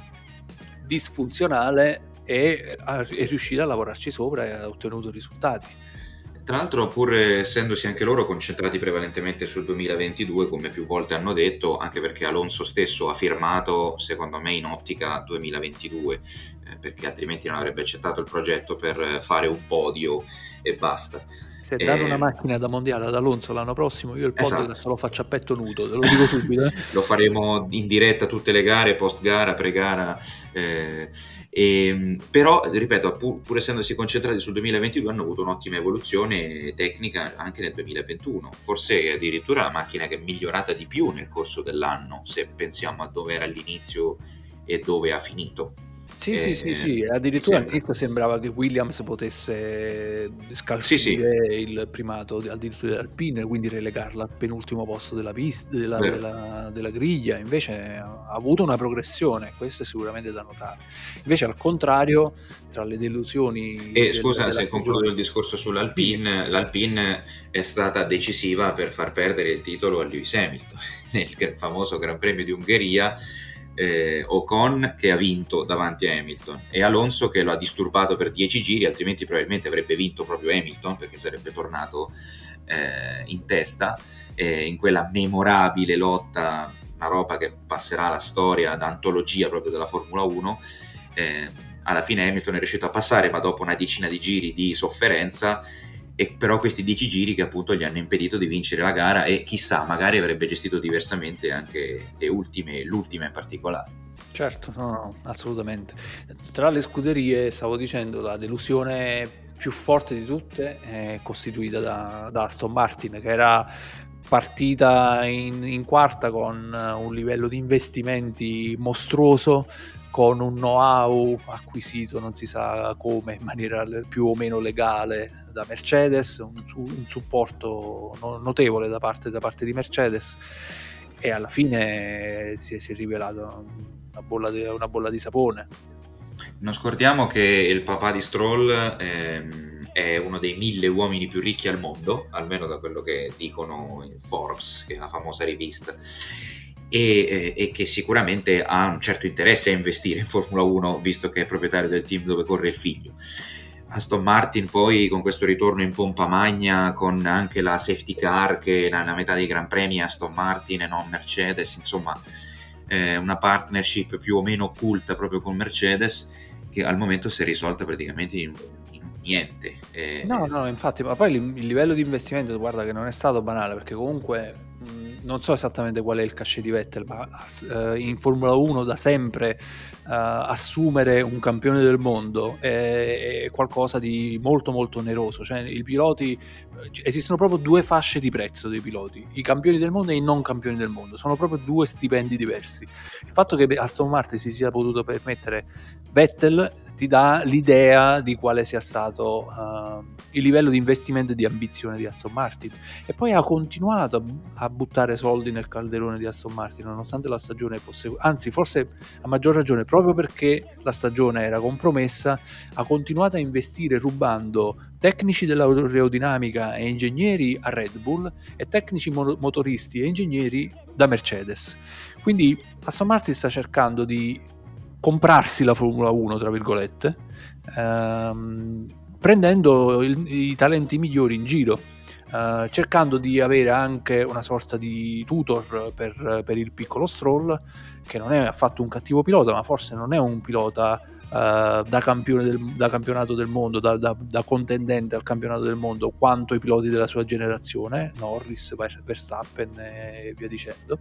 disfunzionale e è riuscita a lavorarci sopra e ha ottenuto risultati. Tra l'altro, pur essendosi anche loro concentrati prevalentemente sul duemilaventidue, come più volte hanno detto, anche perché Alonso stesso ha firmato, secondo me, in ottica duemilaventidue, eh, perché altrimenti non avrebbe accettato il progetto per fare un podio e basta. Se danno una Eh, macchina da mondiale ad Alonso l'anno prossimo, io il podcast esatto. lo faccio a petto nudo, te lo dico subito. Eh. Lo faremo in diretta tutte le gare, post gara, pre gara. Eh, e, però, ripeto, pur, pur essendosi concentrati sul duemilaventidue, hanno avuto un'ottima evoluzione tecnica anche nel duemilaventuno. Forse addirittura la macchina che è migliorata di più nel corso dell'anno, se pensiamo a dove era all'inizio e dove ha finito. Sì, sì, sì, Eh, sì, mi addirittura sembra. all'inizio sembrava che Williams potesse Sì, sì, scalfire il primato di- addirittura dell'Alpine, quindi relegarla al penultimo posto della, pista, della, vero. della, della griglia, invece ha avuto una progressione, questo è sicuramente da notare. Invece al contrario, tra le delusioni E del- scusa della se concludo stagione... il discorso Dimmi. sull'Alpine, l'Alpine è stata decisiva per far perdere il titolo a Lewis Hamilton nel famoso Gran Premio di Ungheria. Eh, Ocon che ha vinto davanti a Hamilton e Alonso che lo ha disturbato per dieci giri, altrimenti probabilmente avrebbe vinto proprio Hamilton, perché sarebbe tornato eh, in testa eh, in quella memorabile lotta, una roba che passerà alla storia d'antologia proprio della Formula uno. Eh, alla fine Hamilton è riuscito a passare, ma dopo una decina di giri di sofferenza, e però questi dieci giri che appunto gli hanno impedito di vincere la gara, e chissà, magari avrebbe gestito diversamente anche le ultime, l'ultima in particolare. Certo, no, no, assolutamente. Tra le scuderie, stavo dicendo, la delusione più forte di tutte è costituita da, da Aston Martin, che era partita in, in quarta con un livello di investimenti mostruoso, con un know-how acquisito non si sa come, in maniera più o meno legale da Mercedes, un, un supporto notevole da parte, da parte di Mercedes, e alla fine si è, si è rivelato una bolla, di, una bolla di sapone. Non scordiamo che il papà di Stroll ehm, è uno dei mille uomini più ricchi al mondo, almeno da quello che dicono in Forbes, che è la famosa rivista, e, e che sicuramente ha un certo interesse a investire in Formula uno, visto che è proprietario del team dove corre il figlio. Aston Martin poi, con questo ritorno in pompa magna, con anche la safety car che nella metà dei Gran Premi è Aston Martin e non Mercedes, insomma eh, una partnership più o meno occulta proprio con Mercedes, che al momento si è risolta praticamente in, in niente. Eh, No, no, infatti, ma poi il, il livello di investimento, guarda che non è stato banale, perché comunque mh, non so esattamente qual è il cachet di Vettel, ma eh, in Formula uno da sempre eh, assumere un campione del mondo è, è qualcosa di molto molto oneroso. Cioè, i piloti, esistono proprio due fasce di prezzo dei piloti, i campioni del mondo e i non campioni del mondo, sono proprio due stipendi diversi. Il fatto che Aston Martin si sia potuto permettere Vettel ti dà l'idea di quale sia stato uh, il livello di investimento e di ambizione di Aston Martin, e poi ha continuato a, a buttare soldi nel calderone di Aston Martin nonostante la stagione fosse, anzi forse a maggior ragione proprio perché la stagione era compromessa, ha continuato a investire rubando tecnici dell'aerodinamica e ingegneri a Red Bull e tecnici mo- motoristi e ingegneri da Mercedes. Quindi Aston Martin sta cercando di comprarsi la Formula uno, tra virgolette, ehm, prendendo il, i talenti migliori in giro, eh, cercando di avere anche una sorta di tutor per, per il piccolo Stroll, che non è affatto un cattivo pilota, ma forse non è un pilota Uh, da campione del, da campionato del mondo, da, da, da contendente al campionato del mondo, quanto i piloti della sua generazione, Norris, Verstappen e via dicendo.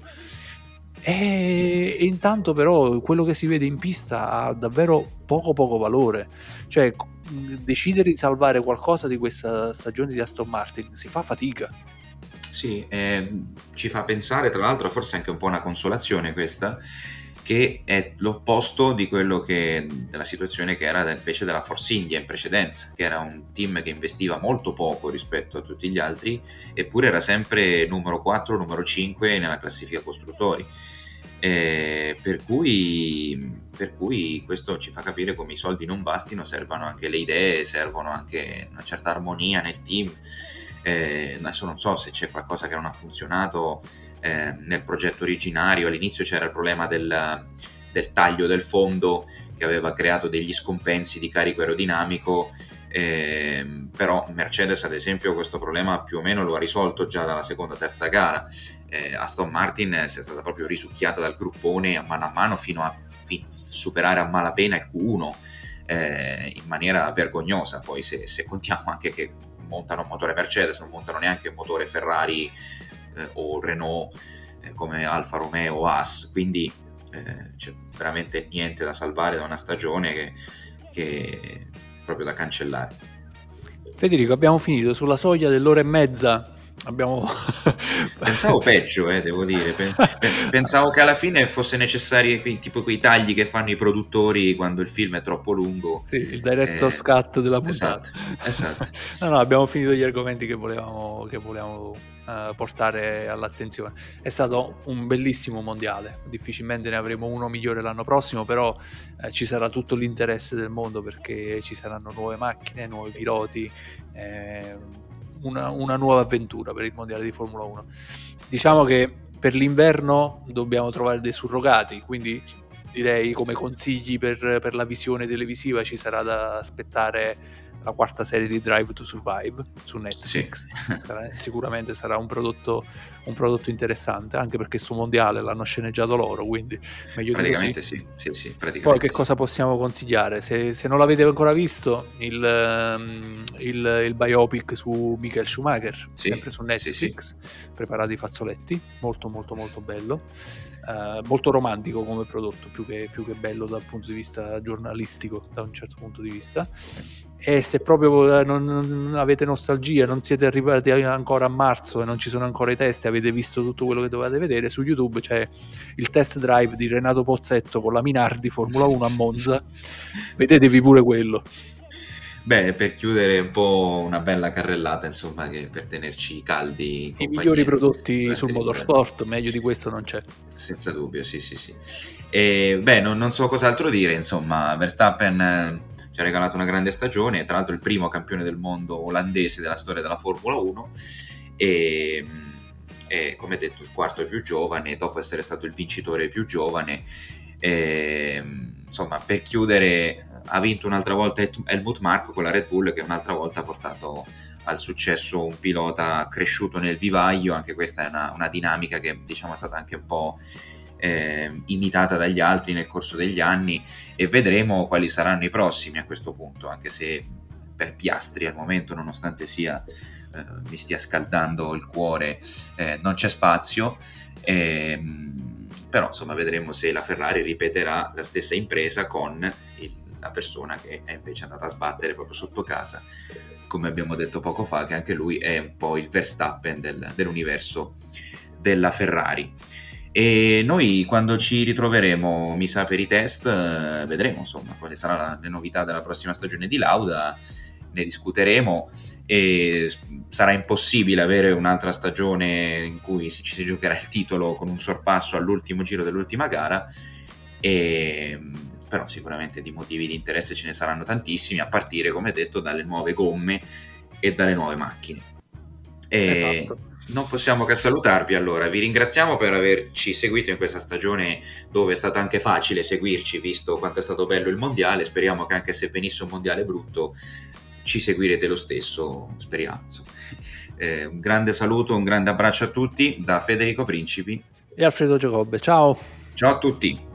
E, e intanto però quello che si vede in pista ha davvero poco poco valore. Cioè, decidere di salvare qualcosa di questa stagione di Aston Martin si fa fatica. Sì, eh, ci fa pensare, tra l'altro, forse anche un po' una consolazione questa, che è l'opposto di quello che della situazione che era invece della Force India in precedenza, che era un team che investiva molto poco rispetto a tutti gli altri, eppure era sempre numero quattro, numero cinque nella classifica costruttori. Eh, per cui, per cui questo ci fa capire come i soldi non bastino, servono anche le idee, servono anche una certa armonia nel team. Eh, adesso non so se c'è qualcosa che non ha funzionato eh, nel progetto originario. All'inizio c'era il problema del, del taglio del fondo, che aveva creato degli scompensi di carico aerodinamico Eh, però Mercedes ad esempio questo problema più o meno lo ha risolto già dalla seconda terza gara. eh, Aston Martin è stata proprio risucchiata dal gruppone a mano a mano fino a fi- superare a malapena il Q uno, eh, in maniera vergognosa. Poi se, se contiamo anche che montano un motore Mercedes, non montano neanche un motore Ferrari eh, o Renault eh, come Alfa Romeo o Haas, quindi eh, c'è veramente niente da salvare da una stagione che, che proprio da cancellare. Federico, abbiamo finito sulla soglia dell'ora e mezza. Abbiamo... Pensavo peggio, eh, devo dire. Pensavo che alla fine fosse necessari tipo quei tagli che fanno i produttori quando il film è troppo lungo. Sì, il director's eh, cut della puntata. Esatto, esatto. No, no, abbiamo finito gli argomenti che volevamo, che volevamo uh, portare all'attenzione. È stato un bellissimo mondiale, difficilmente ne avremo uno migliore l'anno prossimo, però eh, ci sarà tutto l'interesse del mondo perché ci saranno nuove macchine, nuovi piloti, eh, una, una nuova avventura per il mondiale di Formula uno. Diciamo che per l'inverno dobbiamo trovare dei surrogati, quindi direi come consigli per, per la visione televisiva ci sarà da aspettare la quarta serie di Drive to Survive su Netflix. Sì. Sarà, sicuramente sarà un prodotto, un prodotto interessante, anche perché sto mondiale l'hanno sceneggiato loro, quindi meglio praticamente di così. Sì, sì, sì, praticamente Poi che sì. cosa possiamo consigliare? Se, se non l'avete ancora visto, il, il, il biopic su Michael Schumacher, sì, sempre su Netflix, sì, sì. Preparati i fazzoletti, molto molto molto bello. Uh, molto romantico come prodotto, più che, più che bello dal punto di vista giornalistico, da un certo punto di vista. E se proprio non, non avete nostalgia, non siete arrivati ancora a marzo e non ci sono ancora i test, avete visto tutto quello che dovete vedere, su YouTube c'è il test drive di Renato Pozzetto con la Minardi Formula uno a Monza. Vedetevi pure quello. Beh, per chiudere un po' una bella carrellata, insomma, che per tenerci caldi. I migliori prodotti sul motorsport, meglio di questo non c'è. Senza dubbio, sì, sì, sì. E, beh, non, non so cos'altro dire, insomma, Verstappen eh, ci ha regalato una grande stagione, tra l'altro il primo campione del mondo olandese della storia della Formula uno e, e come detto il quarto più giovane, dopo essere stato il vincitore più giovane. E, insomma, per chiudere, ha vinto un'altra volta Helmut Marko con la Red Bull, che un'altra volta ha portato al successo un pilota cresciuto nel vivaio. Anche questa è una, una dinamica che, diciamo, è stata anche un po' eh, imitata dagli altri nel corso degli anni, e vedremo quali saranno i prossimi a questo punto, anche se per Piastri al momento, nonostante sia eh, mi stia scaldando il cuore, eh, non c'è spazio. eh, però insomma vedremo se la Ferrari ripeterà la stessa impresa con il, la persona che è invece andata a sbattere proprio sotto casa, come abbiamo detto poco fa, che anche lui è un po' il Verstappen del, dell'universo della Ferrari. E noi quando ci ritroveremo, mi sa, per i test, eh, vedremo insomma quale sarà la, le novità della prossima stagione di Lauda, ne discuteremo, e sarà impossibile avere un'altra stagione in cui ci si giocherà il titolo con un sorpasso all'ultimo giro dell'ultima gara, e però sicuramente di motivi di interesse ce ne saranno tantissimi, a partire, come detto, dalle nuove gomme e dalle nuove macchine. E esatto. Non possiamo che salutarvi, allora vi ringraziamo per averci seguito in questa stagione, dove è stato anche facile seguirci visto quanto è stato bello il mondiale. Speriamo che anche se venisse un mondiale brutto ci seguirete lo stesso, speriamo. Eh, un grande saluto, un grande abbraccio a tutti da Federico Principi e Alfredo Giacobbe. Ciao ciao a tutti.